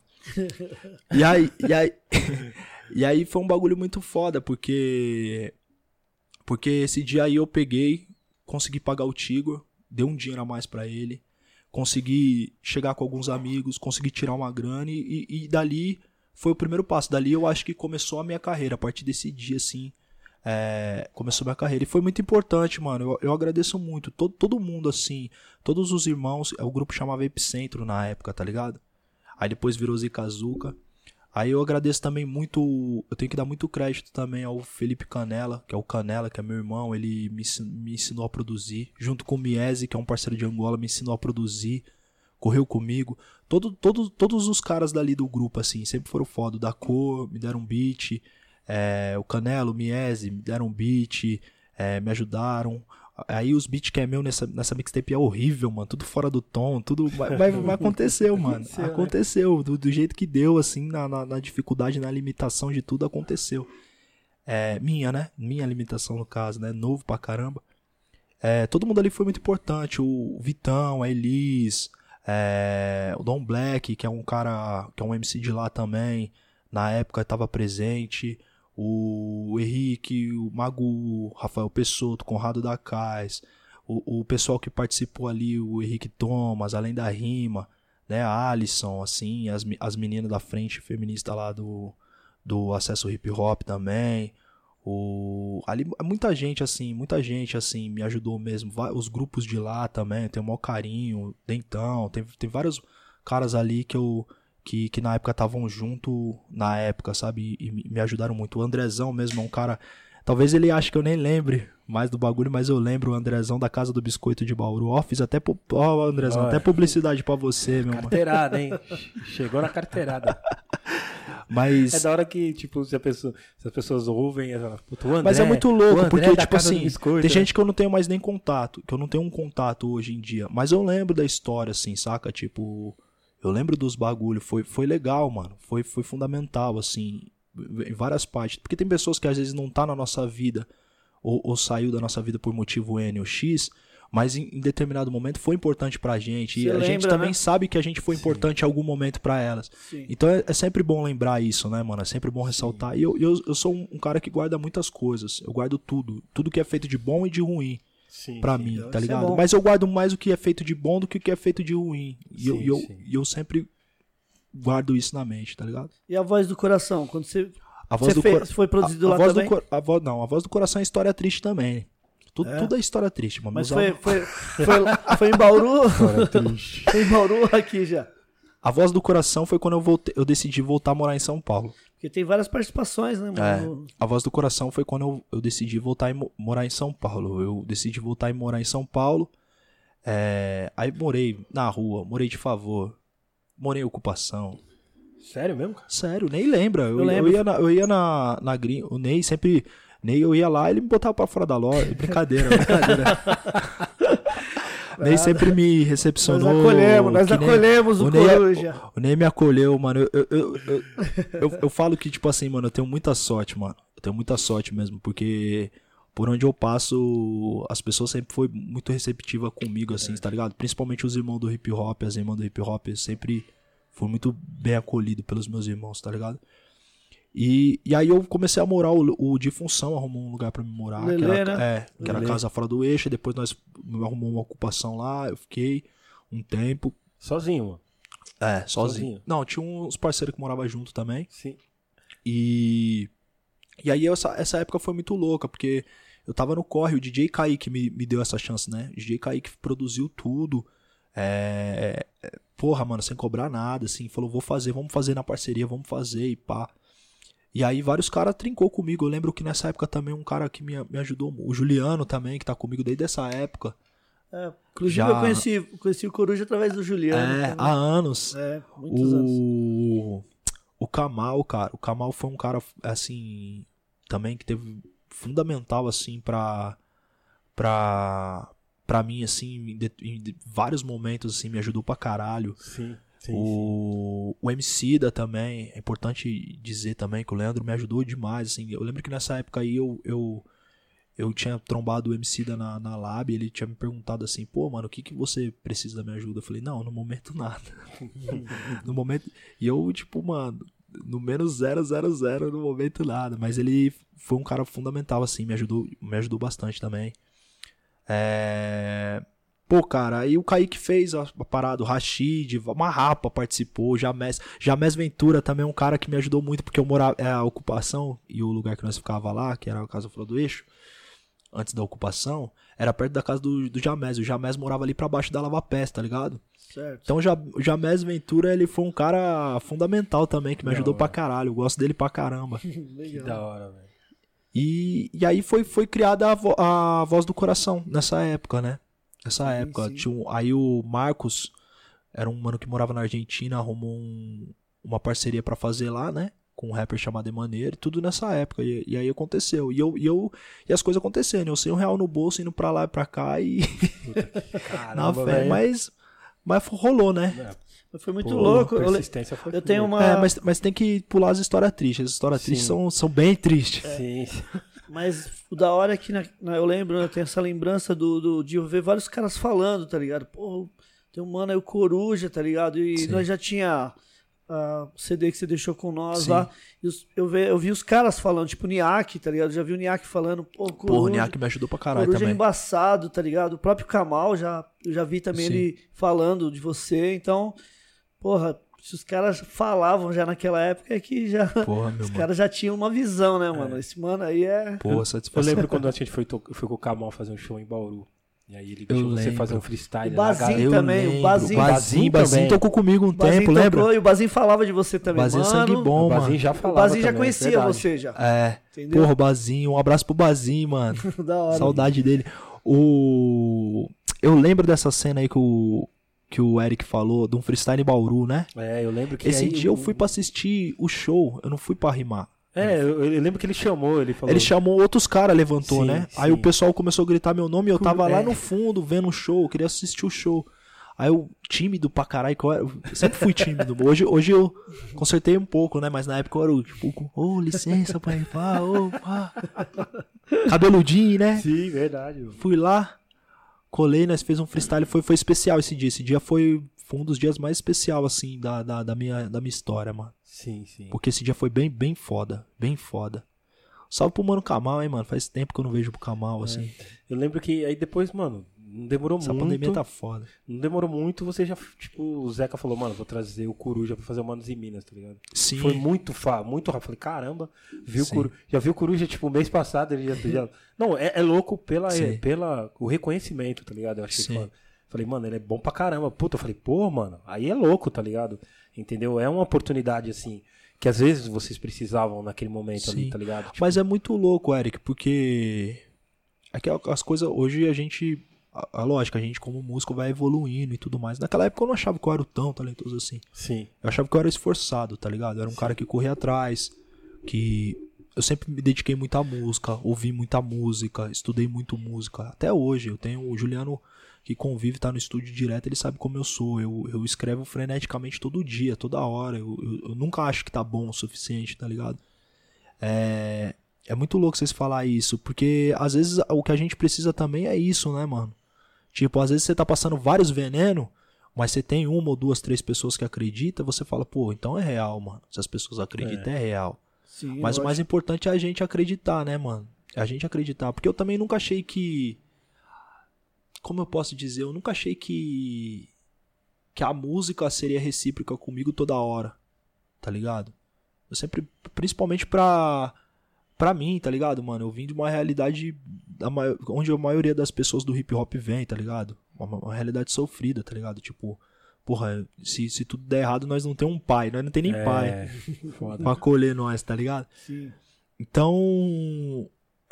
S3: E aí foi um bagulho muito foda, porque esse dia aí eu peguei, consegui pagar o Tigo, dei um dinheiro a mais pra ele, consegui chegar com alguns amigos, consegui tirar uma grana e dali foi o primeiro passo. Dali eu acho que começou a minha carreira, a partir desse dia assim, começou a minha carreira. E foi muito importante, mano, eu agradeço muito, todo mundo assim, todos os irmãos, o grupo chamava Epicentro na época, tá ligado? Aí depois virou Zikazuka. Aí eu agradeço também muito, eu tenho que dar muito crédito também ao Felipe Canela, que é o Canela, que é meu irmão, ele me ensinou a produzir, junto com o Miese, que é um parceiro de Angola, me ensinou a produzir, correu comigo. Todos os caras dali do grupo, assim, sempre foram foda. O Da Cor, me deram um beat, o Canela, o Miese, me deram um beat, me ajudaram. Aí os beats que é meu nessa mixtape é horrível, mano. Tudo fora do tom, tudo. Mas aconteceu, mano. Aconteceu. Do jeito que deu, assim, na dificuldade, na limitação de tudo, aconteceu. Minha, né? Minha limitação, no caso, né? Novo pra caramba. Todo mundo ali foi muito importante. O Vitão, a Elis, o Dom Black, que é um cara, que é um MC de lá também. Na época tava presente. O Henrique, o Magu, Rafael Pessotto, Conrado da Cais, o pessoal que participou ali, o Henrique Thomas, Além da Rima, né, a Alisson, assim, as meninas da frente feminista lá do Acesso Hip Hop também, ali muita gente assim me ajudou mesmo, os grupos de lá também, eu tenho o maior carinho, Dentão, tem vários caras ali que eu que na época estavam junto, na época, sabe? E me ajudaram muito. O Andrezão mesmo é um cara... Talvez ele ache que eu nem lembre mais do bagulho, mas eu lembro o Andrezão da Casa do Biscoito de Bauru. Ó, fiz até... Ó, Andrezão, até publicidade pra você, meu mano.
S2: Carteirada, hein? Chegou na carteirada.
S3: Mas...
S2: É da hora que, tipo, se as pessoas ouvem, puta, o André,
S3: mas é muito louco, porque, tipo assim,
S2: biscoito,
S3: tem gente que eu não tenho mais nem contato, que eu não tenho um contato hoje em dia. Mas eu lembro da história, assim, saca? Tipo, eu lembro dos bagulho. Foi legal, mano. Foi fundamental, assim, em várias partes. Porque tem pessoas que às vezes não tá na nossa vida, ou saiu da nossa vida por motivo N ou X, mas em determinado momento foi importante pra gente.
S1: Você
S3: E a gente
S1: lembra,
S3: também
S1: né?
S3: sabe que a gente foi importante em algum momento pra elas.
S1: Sim.
S3: Então é sempre bom lembrar isso, né, mano? É sempre bom ressaltar. E eu sou um cara que guarda muitas coisas. Eu guardo tudo. Tudo que é feito de bom e de ruim.
S2: Sim,
S3: Pra
S2: sim.
S3: mim,
S1: isso
S3: tá
S1: é
S3: ligado?
S1: bom.
S3: Mas eu guardo mais o que é feito de bom do que o que é feito de ruim. E
S2: Sim,
S3: eu,
S2: sim.
S3: eu sempre guardo isso na mente, tá ligado?
S1: E a Voz do Coração? Quando você
S3: A voz do
S1: foi produzido
S3: a
S1: lá
S3: voz
S1: também?
S3: A voz do coração é história triste também. Tudo é história triste, mano.
S1: Mas
S3: Meus
S1: foi em Bauru?
S2: História triste.
S1: Foi em Bauru aqui já.
S3: A voz do coração foi quando eu decidi voltar a morar em São Paulo.
S1: Porque tem várias participações, né, mano?
S3: A voz do coração foi quando eu decidi voltar e morar em São Paulo. Eu decidi voltar e morar em São Paulo. Aí morei na rua, morei de favor, morei em ocupação.
S2: Sério mesmo, cara?
S3: Sério, nem lembra. Eu
S1: lembro.
S3: Eu ia na Green, o Ney sempre... Ney, eu ia lá, ele me botava pra fora da loja. Brincadeira. Ney sempre me recepcionou.
S1: Nós acolhemos o Coruja.
S3: O Ney me acolheu, mano. Eu falo que, tipo assim, mano, eu tenho muita sorte, mano. Eu tenho muita sorte mesmo, porque por onde eu passo, as pessoas sempre foram muito receptivas comigo, assim, tá ligado? Principalmente os irmãos do hip hop, as irmãs do hip hop, eu sempre fui muito bem acolhido pelos meus irmãos, tá ligado? E aí eu comecei a morar, o de função arrumou um lugar pra me morar,
S1: Lelê,
S3: que era a casa fora do eixo, depois nós arrumamos uma ocupação lá, eu fiquei um tempo.
S2: Sozinho, mano.
S3: Sozinho. Não, tinha uns parceiros que moravam junto também.
S2: Sim.
S3: E aí essa época foi muito louca, porque eu tava no corre, o DJ Kaique me deu essa chance, né? O DJ Kaique produziu tudo, porra, mano, sem cobrar nada, assim, falou, vamos fazer na parceria, vamos fazer e pá. E aí vários caras trincou comigo. Eu lembro que nessa época também um cara que me ajudou, o Juliano também, que tá comigo desde essa época.
S1: Inclusive eu conheci o Coruja através do Juliano.
S3: Há anos.
S1: Muitos anos.
S3: O Kamal, cara. O Kamal foi um cara, assim, também que teve fundamental, assim, pra mim, assim, em vários momentos, assim, me ajudou pra caralho.
S2: Sim.
S3: O Emicida também, é importante dizer também que o Leandro me ajudou demais, assim, eu lembro que nessa época aí eu tinha trombado o Emicida na Lab, ele tinha me perguntado assim, pô, mano, o que você precisa da minha ajuda? Eu falei, não, no momento nada. No momento, e eu, tipo, mano, no menos 000, no momento nada, mas ele foi um cara fundamental, assim, me ajudou bastante também. Pô, cara, aí o Kaique fez a parada, o Rashid, uma Rapa participou, o Jamés Ventura também é um cara que me ajudou muito, porque eu morava, a ocupação e o lugar que nós ficava lá, que era a casa fora do eixo, antes da ocupação, era perto da casa do Jamés. O Jamés morava ali pra baixo da Lava Pés, tá ligado?
S1: Certo.
S3: Então o Jamés Ventura, ele foi um cara fundamental também, que me ajudou pra caralho, eu gosto dele pra caramba.
S2: Que da hora, velho.
S3: E aí foi criada a Voz do Coração, nessa época, né? Nessa época, aí o Marcos, era um mano que morava na Argentina, arrumou uma parceria pra fazer lá, né? Com um rapper chamado Emaneiro, tudo nessa época. E aí aconteceu. E as coisas acontecendo. Eu sem R$1 no bolso, indo pra lá e pra cá e.
S2: Caramba,
S3: na fé, mas rolou, né?
S1: Foi muito louco.
S2: Persistência foi
S1: eu tenho uma.
S3: Mas tem que pular as histórias tristes. As histórias tristes são bem tristes.
S2: Sim.
S1: Mas o da hora é que eu lembro, eu tenho essa lembrança de eu ver vários caras falando, tá ligado? Pô, tem um mano aí, o Coruja, tá ligado? E nós já tinha CD que você deixou com nós lá. E eu vi os caras falando, tipo o Niak, tá ligado? Já vi o Niak falando, pô, Coruja.
S3: Porra, o Niak me ajudou pra caralho
S1: Coruja
S3: também.
S1: É embaçado, tá ligado? O próprio Kamal, eu já vi também ele falando de você. Então, porra, se os caras falavam já naquela época, é que já os caras já tinham uma visão, né, mano? Esse mano aí é...
S3: Porra, satisfação.
S2: Eu lembro quando a gente foi com o Kamal fazer um show em Bauru. E aí ele deixou você fazer um freestyle.
S1: O Bazinho também, o
S3: Bazinho tocou comigo um tempo, lembra?
S1: E o Bazinho falava de você também,
S3: Bazinho é sangue bom,
S2: o Bazinho
S3: mano.
S2: já falava
S1: O Bazinho já
S2: também,
S1: conhecia você, já.
S3: É.
S1: Entendeu?
S3: Porra, o Bazinho, um abraço pro Bazinho, mano.
S1: Da hora.
S3: Saudade dele. Eu lembro dessa cena aí que o Eric falou, de um freestyle em Bauru, né?
S2: Eu lembro que
S3: Esse dia eu fui pra assistir o show, eu não fui pra rimar.
S2: Eu lembro que ele chamou, ele falou...
S3: Ele chamou outros caras, levantou,
S2: Sim,
S3: né?
S2: sim.
S3: Aí o pessoal começou a gritar meu nome e eu tava lá no fundo vendo o show, eu queria assistir o show. Aí eu, tímido pra caralho, eu sempre fui tímido. Hoje eu consertei um pouco, né? Mas na época eu era tipo, licença, pai, pá, pá. Cabeludinho, né?
S2: Sim, verdade.
S3: Fui lá, colei, nós fez um freestyle, foi especial esse dia. Esse dia foi um dos dias mais especial, assim, da minha história, mano.
S2: Sim, sim.
S3: Porque esse dia foi bem foda, bem foda. Salve pro Mano Kamal, hein, mano. Faz tempo que eu não vejo pro Kamal, assim.
S2: Eu lembro que aí depois, mano, não demorou
S3: Essa
S2: muito.
S3: pandemia tá foda.
S2: Não demorou muito, você já, tipo, o Zeca falou, mano, vou trazer o Coruja pra fazer o Manos em Minas, tá ligado?
S3: Sim.
S2: Foi muito rápido. Falei, caramba, já viu o Coruja, tipo, mês passado, ele já... Não, é louco pela o reconhecimento, tá ligado? Eu achei que, falei, mano, ele é bom pra caramba. Puta, eu falei, pô, mano, aí é louco, tá ligado? Entendeu? É uma oportunidade, assim, que às vezes vocês precisavam naquele momento ali, tá ligado? Tipo...
S3: Mas é muito louco, Eric, porque as coisas, hoje a gente, lógico, a gente como músico vai evoluindo e tudo mais. Naquela época eu não achava que eu era tão talentoso assim.
S2: Sim.
S3: Eu achava que eu era esforçado, tá ligado? Eu era um cara que corria atrás, que eu sempre me dediquei muito à música, ouvi muita música, estudei muito música. Até hoje, eu tenho o Juliano que convive, tá no estúdio direto, ele sabe como eu sou. Eu escrevo freneticamente todo dia, toda hora. Eu nunca acho que tá bom o suficiente, tá ligado? É muito louco vocês falar isso, porque às vezes o que a gente precisa também é isso, né, mano? Tipo, às vezes você tá passando vários venenos, mas você tem 1 ou 2, 3 pessoas que acreditam, você fala, pô, então é real, mano. Se as pessoas acreditam, é real.
S1: Sim,
S3: mas o mais importante é a gente acreditar, né, mano? É a gente acreditar. Porque eu também nunca achei que... Como eu posso dizer? Eu nunca achei que a música seria recíproca comigo toda hora. Tá ligado? Eu sempre... Principalmente pra mim, tá ligado, mano? Eu vim de uma realidade onde a maioria das pessoas do hip hop vem, tá ligado? Uma realidade sofrida, tá ligado? Tipo... Porra, se tudo der errado, nós não temos um pai. Nós não tem nem pai
S2: foda.
S3: pra acolher nós, tá ligado?
S1: Sim.
S3: Então,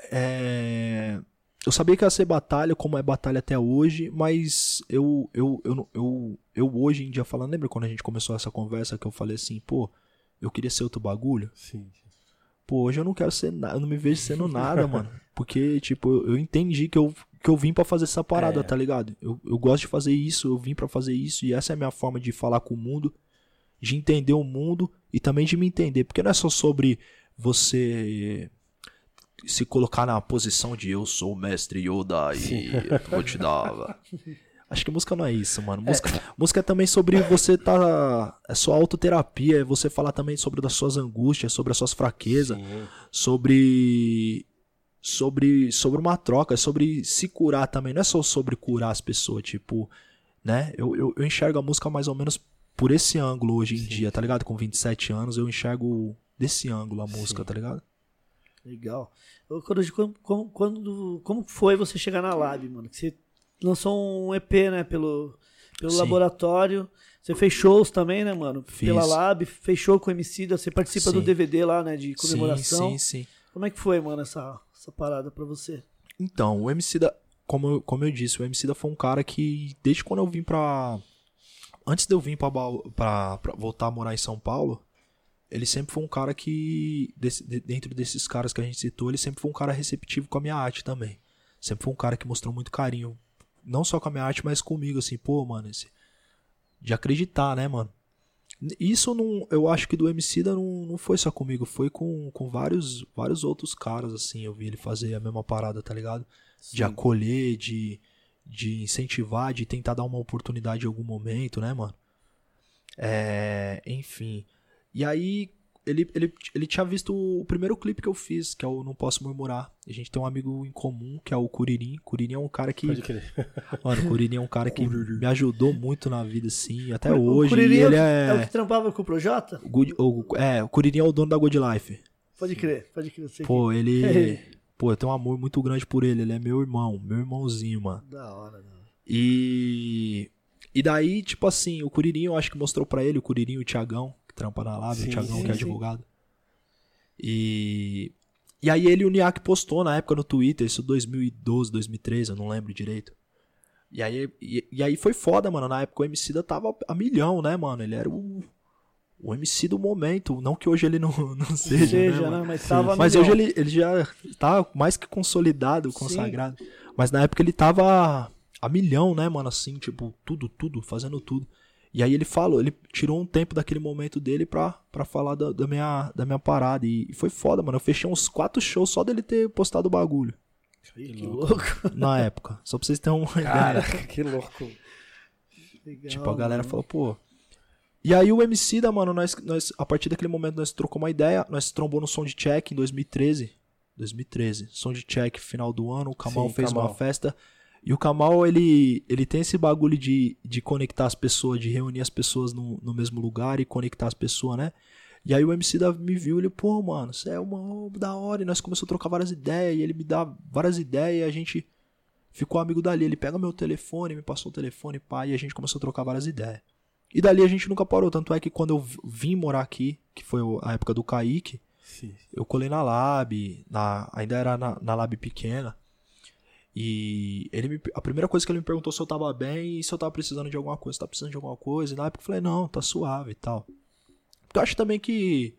S3: eu sabia que ia ser batalha, como é batalha até hoje, mas eu hoje em dia falando, lembra quando a gente começou essa conversa que eu falei assim, pô, eu queria ser outro bagulho?
S2: Sim.
S3: Pô, hoje eu não quero ser nada, eu não me vejo sendo nada, mano. Porque, tipo, eu entendi que eu vim pra fazer essa parada, tá ligado? Eu gosto de fazer isso, eu vim pra fazer isso, e essa é a minha forma de falar com o mundo, de entender o mundo e também de me entender. Porque não é só sobre você se colocar na posição de eu sou o mestre Yoda e eu vou te dar... Acho que música não é isso, mano. Música é também sobre você é sua autoterapia, é você falar também sobre as suas angústias, sobre as suas fraquezas, sobre uma troca, é sobre se curar também. Não é só sobre curar as pessoas, tipo, né? Eu enxergo a música mais ou menos por esse ângulo hoje em dia, tá ligado? Com 27 anos, eu enxergo desse ângulo a música, tá ligado?
S1: Legal. Como foi você chegar na Lab, mano? Que você lançou um EP, né, pelo laboratório. Você fez shows também, né, mano?
S3: Fiz.
S1: Pela Lab, fez show com o Emicida. Você participa do DVD lá, né, de comemoração.
S3: Sim.
S1: Como é que foi, mano, essa parada pra você?
S3: Então, o Emicida, como eu disse, o Emicida foi um cara que, desde quando eu vim antes de eu vir pra voltar a morar em São Paulo, ele sempre foi um cara que, dentro desses caras que a gente citou, ele sempre foi um cara receptivo com a minha arte também. Sempre foi um cara que mostrou muito carinho, não só com a minha arte, mas comigo, assim, pô, mano, de acreditar, né, mano? Isso não, eu acho que do Emicida não foi só comigo, foi com vários outros caras, assim, eu vi ele fazer a mesma parada, tá ligado? Sim. De acolher, de incentivar, de tentar dar uma oportunidade em algum momento, né, mano? Enfim. E aí, ele tinha visto o primeiro clipe que eu fiz, que é o Não Posso Murmurar. A gente tem um amigo em comum, que é o Curirim. Curirim é um cara que...
S2: Pode crer.
S3: Mano, o Curirim é um cara que me ajudou muito na vida, assim, até hoje. O Curirim
S1: ele é o que trampava com o Projota?
S3: O Curirim é o dono da Good Life.
S1: Pode crer.
S3: Pô, ele... Pô, eu tenho um amor muito grande por ele. Ele é meu irmãozinho, mano.
S1: Da hora, né?
S3: E daí, tipo assim, o Curirinho, eu acho que mostrou pra ele, o Curirinho, o Thiagão, que trampa na Lab, o Thiagão, que é advogado. E aí ele e o Niak postou na época no Twitter, isso 2012, 2013, eu não lembro direito. E aí foi foda, mano. Na época o Emicida tava a milhão, né, mano? Ele era o MC do momento. Não que hoje ele não seja, né?
S1: Mas tava
S3: Mas
S1: milhão.
S3: hoje ele já tá mais que consolidado, consagrado. Sim. Mas na época ele tava a milhão, né, mano? Assim, tipo, tudo, fazendo tudo. E aí ele tirou um tempo daquele momento dele pra falar da minha parada. E foi foda, mano. Eu fechei uns 4 shows só dele ter postado o bagulho.
S1: Que louco.
S3: Na época. Só pra vocês terem uma ideia.
S2: Que louco.
S1: Legal,
S3: tipo, a galera falou, pô... E aí o Emicida, mano, nós, a partir daquele momento nós trocamos uma ideia, nós trombou no Soundcheck em 2013. Soundcheck, final do ano, o Kamal fez uma festa. E o Kamal, ele tem esse bagulho de conectar as pessoas, de reunir as pessoas no mesmo lugar e conectar as pessoas, né? E aí o Emicida me viu e ele, pô, mano, você é uma da hora. E nós começamos a trocar várias ideias, e ele me dá várias ideias e a gente ficou amigo dali. Ele pega meu telefone, me passou o telefone, pá, e a gente começou a trocar várias ideias. E dali a gente nunca parou, tanto é que quando eu vim morar aqui, que foi a época do Kaique, eu colei na Lab, ainda era na Lab pequena, e a primeira coisa que ele me perguntou se eu tava bem e se eu tava precisando de alguma coisa. Você tá precisando de alguma coisa? E na época eu falei, não, tá suave e tal. Porque eu acho também que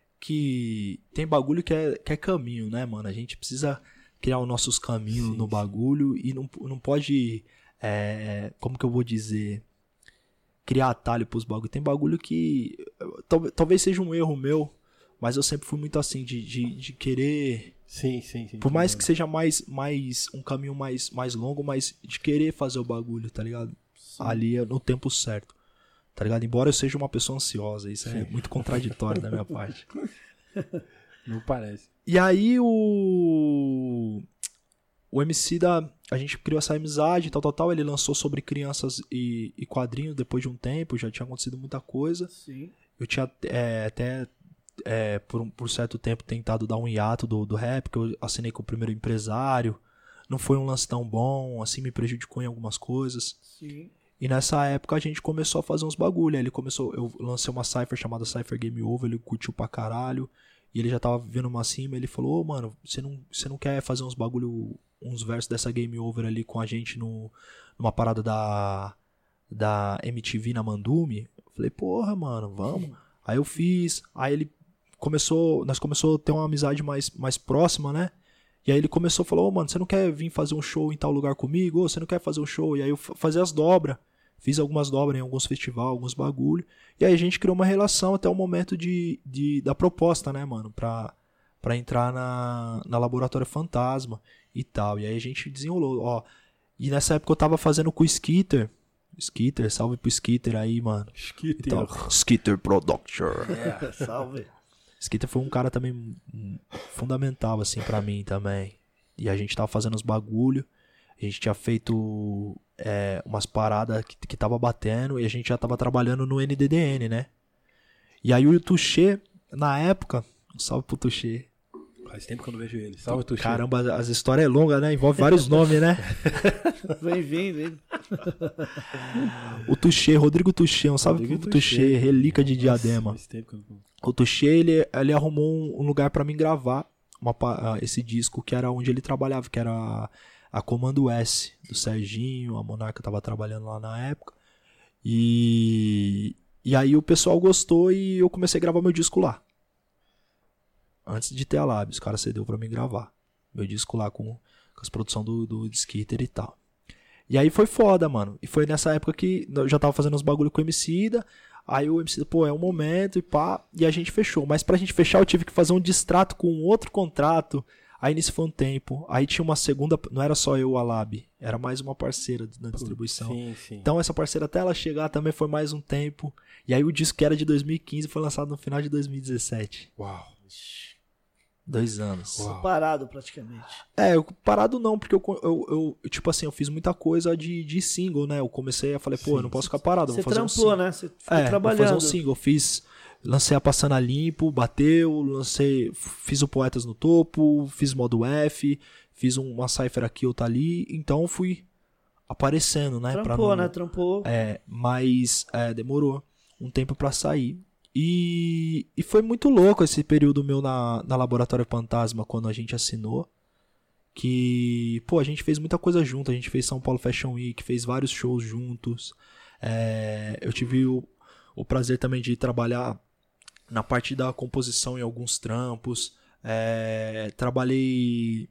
S3: tem bagulho que é caminho, né, mano? A gente precisa criar os nossos caminhos no bagulho e não pode, como que eu vou dizer... criar atalho pros bagulho. Tem bagulho que talvez seja um erro meu, mas eu sempre fui muito assim de querer...
S2: Sim.
S3: Por mais que seja mais um caminho mais longo, mas de querer fazer o bagulho, tá ligado? Sim. Ali no tempo certo, tá ligado? Embora eu seja uma pessoa ansiosa, isso é muito contraditório da minha parte.
S2: Não parece.
S3: E aí o Emicida, a gente criou essa amizade, tal, ele lançou sobre crianças e quadrinhos depois de um tempo, já tinha acontecido muita coisa.
S1: Sim.
S3: Eu tinha até por certo tempo tentado dar um hiato do rap, que eu assinei com o primeiro empresário, não foi um lance tão bom, assim, me prejudicou em algumas coisas.
S1: Sim.
S3: E nessa época a gente começou a fazer uns bagulho, eu lancei uma cypher chamada Cypher Game Over, ele curtiu pra caralho, e ele já tava vivendo uma cima, ele falou, mano, você não quer fazer uns bagulho, uns versos dessa Game Over ali com a gente numa parada da MTV na Mandume? Eu falei, porra, mano, vamos. Aí eu fiz, aí nós começamos a ter uma amizade mais próxima, né? E aí ele começou a falar, mano, você não quer vir fazer um show em tal lugar comigo? Você não quer fazer um show? E aí eu fazia as dobras. Fiz algumas dobras em alguns festivais, alguns bagulho. E aí a gente criou uma relação até o momento da proposta, né, mano? Pra entrar na Laboratório Fantasma e tal. E aí a gente desenrolou, ó. E nessa época eu tava fazendo com o Skitter. Skitter, salve pro Skitter aí, mano.
S2: Skitter.
S3: Então, Skitter Production.
S1: Salve.
S3: Skitter foi um cara também fundamental, assim, pra mim também. E a gente tava fazendo os bagulho. A gente tinha feito umas paradas que tava batendo. E a gente já tava trabalhando no NDDN, né? E aí o Tuxê, na época... Salve pro Tuxê.
S2: Faz tempo que eu não vejo ele. Salve, Tuxê.
S3: Caramba, as histórias é longa, né? Envolve vários nomes, né?
S1: Vem vindo.
S3: O Tuxê, Rodrigo Tuxê, um salve pro Tuxê, relíquia de Diadema.
S2: Faz tempo que eu não...
S3: O Tuxê, ele arrumou um lugar pra mim gravar esse disco, que era onde ele trabalhava, que era a Comando S, do Serginho, a Monarca tava trabalhando lá na época. E aí o pessoal gostou e eu comecei a gravar meu disco lá. Antes de ter a Lab, os caras cedeu pra mim gravar meu disco lá com as produções do Skitter e tal. E aí foi foda, mano. E foi nessa época que eu já tava fazendo uns bagulho com o Emicida. Aí o Emicida, pô, é um momento e pá. E a gente fechou. Mas pra gente fechar eu tive que fazer um distrato com outro contrato. Aí nisso foi um tempo. Aí tinha uma segunda, não era só eu, a Lab. Era mais uma parceira na distribuição.
S2: Sim.
S3: Então essa parceira até ela chegar também foi mais um tempo. E aí o disco que era de 2015 foi lançado no final de 2017.
S2: Uau.
S3: 2 anos.
S2: Uau.
S1: Parado praticamente.
S3: Parado não, porque eu tipo assim, eu fiz muita coisa de single, né? Eu comecei, eu falei, pô, eu não posso ficar parado,
S1: Você
S3: vou fazer
S1: trampou,
S3: um
S1: né? Você ficou
S3: vou
S1: trabalhando.
S3: fazer um single. lancei a Passando a Limpo, bateu, fiz o Poetas no Topo, fiz modo F, fiz uma cipher aqui, outra ali, então fui aparecendo, né?
S1: Trampou, né? Trampou.
S3: Mas demorou um tempo pra sair. E foi muito louco esse período meu na Laboratório Fantasma, quando a gente assinou. Que, pô, a gente fez muita coisa junto. A gente fez São Paulo Fashion Week, fez vários shows juntos. Eu tive o prazer também de trabalhar na parte da composição em alguns trampos. Trabalhei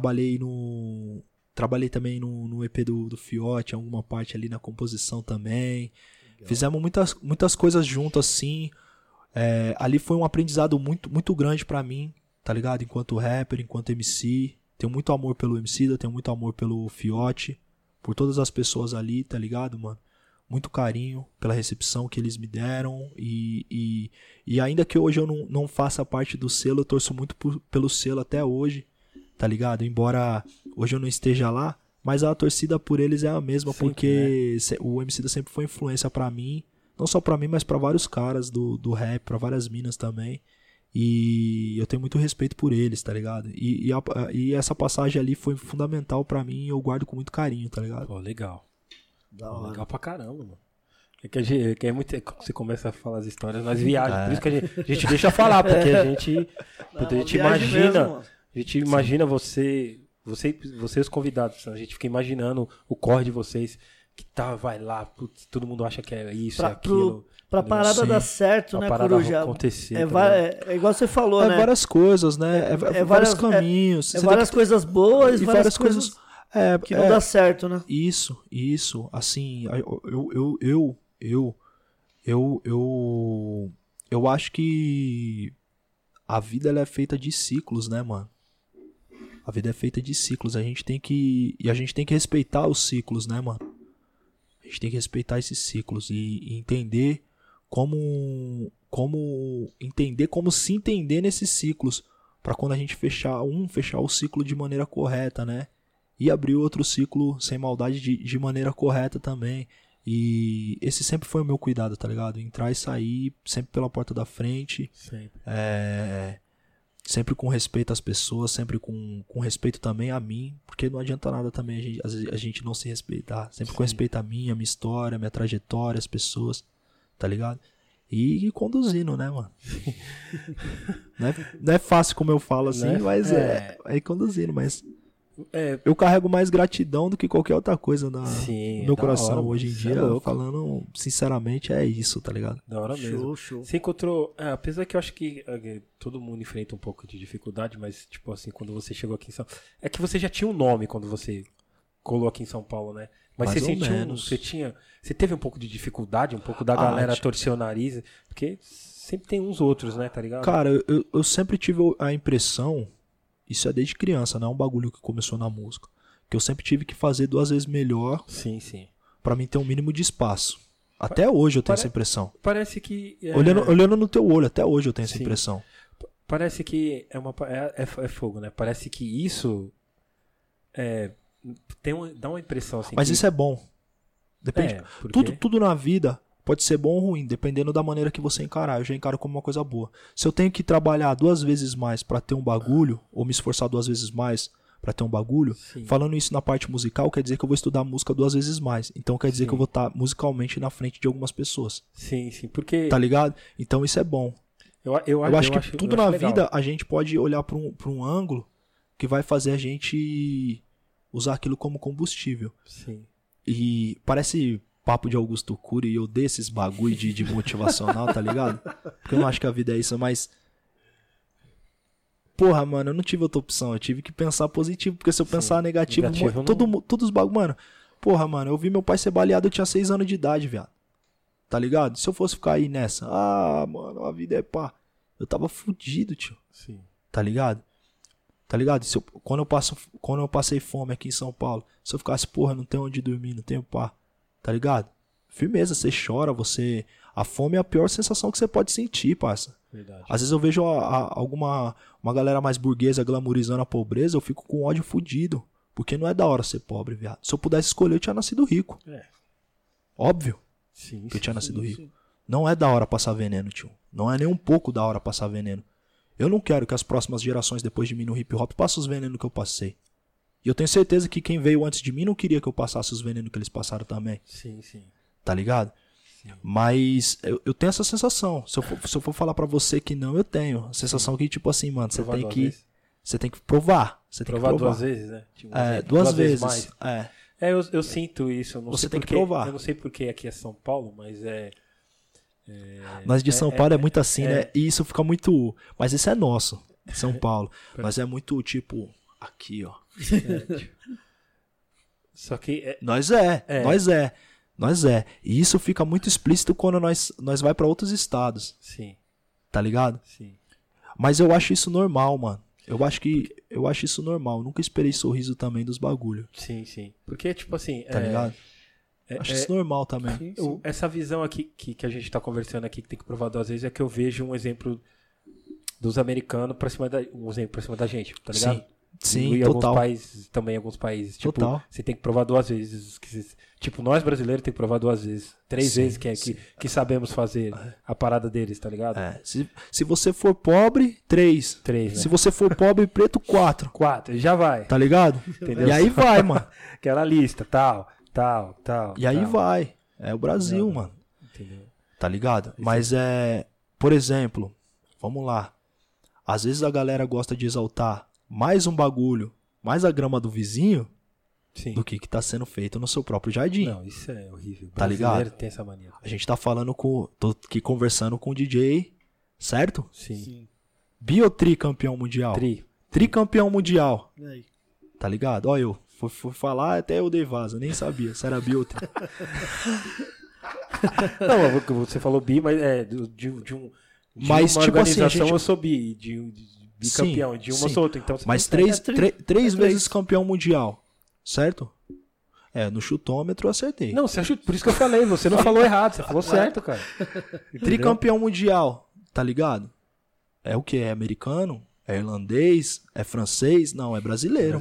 S3: também no EP do Fiote, alguma parte ali na composição também. Legal. Fizemos muitas coisas juntos assim. Ali foi um aprendizado muito, muito grande pra mim, tá ligado? Enquanto rapper, enquanto MC. Tenho muito amor pelo MC, tenho muito amor pelo Fiote, por todas as pessoas ali, tá ligado, mano? Muito carinho pela recepção que eles me deram. E ainda que hoje eu não faça parte do selo, eu torço muito pelo selo até hoje, tá ligado? Embora hoje eu não esteja lá, mas a torcida por eles é a mesma, sempre, porque o Emicida sempre foi influência pra mim. Não só pra mim, mas pra vários caras do rap, pra várias minas também. E eu tenho muito respeito por eles, tá ligado? E essa passagem ali foi fundamental pra mim e eu guardo com muito carinho, tá ligado?
S2: Pô, legal. Legal pra caramba, mano. É muito, quando você começa a falar as histórias, nós viajamos. Por isso que a gente deixa falar, porque a gente imagina. A gente imagina você e os convidados. A gente fica imaginando o corre de vocês. Que vai lá, putz, todo mundo acha que é isso, é aquilo.
S1: Pra parada dar certo, né, Coruja?
S2: Acontecer,
S1: é igual você falou, né?
S3: Várias coisas, né? Vários caminhos.
S1: Várias coisas boas e várias coisas que não dá certo, né?
S3: Isso. Assim, eu acho que a vida ela é feita de ciclos, né, mano? A vida é feita de ciclos. A gente tem que respeitar os ciclos, né, mano? A gente tem que respeitar esses ciclos e entender como se entender nesses ciclos, para quando a gente fechar o ciclo de maneira correta, né? E abrir outro ciclo sem maldade de maneira correta também. E esse sempre foi o meu cuidado, tá ligado? Entrar e sair sempre pela porta da frente.
S2: Sempre.
S3: Sempre com respeito às pessoas, sempre com respeito também a mim, porque não adianta nada também a gente não se respeitar. Sempre com respeito a mim, a minha história, a minha trajetória, as pessoas, tá ligado? E conduzindo, né, mano? Não é fácil como eu falo assim, mas é conduzindo, mas eu carrego mais gratidão do que qualquer outra coisa no meu coração hoje em dia, falando sinceramente, é isso, tá ligado?
S2: Da hora mesmo.
S1: Show.
S2: Você encontrou, apesar que eu acho que todo mundo enfrenta um pouco de dificuldade, mas tipo assim, quando você chegou aqui em São Paulo, é que você já tinha um nome quando você colou aqui em São Paulo, né? Mas
S3: mais
S2: você
S3: ou
S2: sentiu,
S3: menos.
S2: Você teve um pouco de dificuldade, um pouco da galera torcer o nariz, porque sempre tem uns outros, né, tá ligado?
S3: Cara, eu sempre tive a impressão, isso é desde criança, não é um bagulho que começou na música, que eu sempre tive que fazer 2 vezes melhor.
S2: Sim.
S3: Pra mim ter um mínimo de espaço. Até hoje eu tenho essa impressão.
S2: Parece que...
S3: Olhando no teu olho, até hoje eu tenho essa impressão.
S2: Parece que é fogo, né? Parece que isso dá uma impressão assim.
S3: Mas isso é bom. Depende. Tudo na vida pode ser bom ou ruim, dependendo da maneira que você encarar. Eu já encaro como uma coisa boa. Se eu tenho que trabalhar 2 vezes mais pra ter um bagulho, ou me esforçar 2 vezes mais pra ter um bagulho, falando isso na parte musical, quer dizer que eu vou estudar música 2 vezes mais. Então quer dizer que eu vou estar musicalmente na frente de algumas pessoas.
S2: Sim, porque...
S3: Tá ligado? Então isso é bom. Eu acho que tudo na vida a gente pode olhar pra um ângulo que vai fazer a gente usar aquilo como combustível.
S2: Sim.
S3: E parece papo de Augusto Cury e eu odeio esses bagulho de motivacional, tá ligado? Porque eu não acho que a vida é isso, mas... Porra, mano, eu não tive outra opção. Eu tive que pensar positivo, porque se eu pensar negativo todos os bagulho, mano... Porra, mano, eu vi meu pai ser baleado, eu tinha 6 anos de idade, viado. Tá ligado? Se eu fosse ficar aí nessa... mano, a vida é pá. Eu tava fudido, tio.
S2: Sim.
S3: Tá ligado? Tá ligado? Quando eu passei fome aqui em São Paulo, se eu ficasse, porra, não tenho onde dormir, não tenho pá. Tá ligado? Firmeza, você chora, você... A fome é a pior sensação que você pode sentir, parça.
S2: Verdade.
S3: Às vezes eu vejo uma galera mais burguesa glamourizando a pobreza, eu fico com ódio fudido. Porque não é da hora ser pobre, viado. Se eu pudesse escolher, eu tinha nascido rico. Óbvio
S2: que
S3: eu tinha nascido rico. Não é da hora passar veneno, tio. Não é nem um pouco da hora passar veneno. Eu não quero que as próximas gerações depois de mim no hip hop passem os venenos que eu passei. E eu tenho certeza que quem veio antes de mim não queria que eu passasse os venenos que eles passaram também.
S2: Sim, sim.
S3: Tá ligado?
S2: Sim.
S3: Mas eu tenho essa sensação. Se eu for falar pra você que não, eu tenho. A sensação que, tipo assim, mano, você tem que provar. Você tem
S2: provar
S3: que provar
S2: duas vezes, né? Tipo,
S3: duas vezes
S2: mais.
S3: Eu
S2: sinto isso. Não
S3: você
S2: sei
S3: tem
S2: porque,
S3: que provar.
S2: Eu não sei porque aqui é São Paulo, mas
S3: Nós de São Paulo é muito assim, né? E isso fica muito... Mas isso é nosso, São Paulo. Nós é muito, tipo, aqui, ó.
S2: Só que...
S3: Nós é. E isso fica muito explícito quando nós vai pra outros estados.
S2: Sim.
S3: Tá ligado?
S2: Sim.
S3: Mas eu acho isso normal, mano. Eu acho isso normal. Eu nunca esperei sorriso também dos bagulho.
S2: Sim, sim. Porque, tipo assim...
S3: Tá ligado? Acho isso normal também.
S1: Sim, sim.
S2: Essa visão aqui que a gente tá conversando aqui, que tem que provar duas vezes, é que eu vejo um exemplo dos americanos pra cima da gente, tá ligado?
S3: Sim,
S2: e
S3: total.
S2: Alguns países, tipo,
S3: Total.
S2: você tem que provar duas vezes. Tipo, nós brasileiros tem que provar duas vezes. 3 vezes que sabemos fazer a parada deles, tá ligado?
S3: Se você for pobre, 3.
S2: 3, né?
S3: Se você for pobre preto, 4.
S2: 4, já vai.
S3: Tá ligado?
S2: Entendeu?
S3: E aí vai, mano.
S2: Aquela lista, tal.
S3: E aí vai. É o Brasil, mano.
S2: Entendeu?
S3: Tá ligado? Mas por exemplo, vamos lá. Às vezes a galera gosta de exaltar mais um bagulho, mais a grama do vizinho,
S2: Sim.
S3: do que tá sendo feito no seu próprio jardim.
S2: Não, isso é horrível.
S3: Tá ligado?
S2: Tem essa mania.
S3: A gente tá tô aqui conversando com o DJ, certo?
S2: Sim.
S3: Biotri campeão mundial. Tricampeão mundial.
S1: E aí?
S3: Tá ligado? Ó, eu fui falar, até eu dei vaza, nem sabia se era Biotri.
S2: Não, você falou bi, mas de
S3: Mas,
S2: uma
S3: tipo assim,
S2: organização eu sou bi, de bicampeão, de uma eu sou outra. Então você
S3: mas
S2: consegue.
S3: três vezes campeão mundial, certo? No chutômetro eu acertei.
S2: Não, você achou, por isso que eu falei, você não falou errado, você falou certo, cara.
S3: Tricampeão mundial, tá ligado? É o que? É americano? É irlandês? É francês? Não, é brasileiro.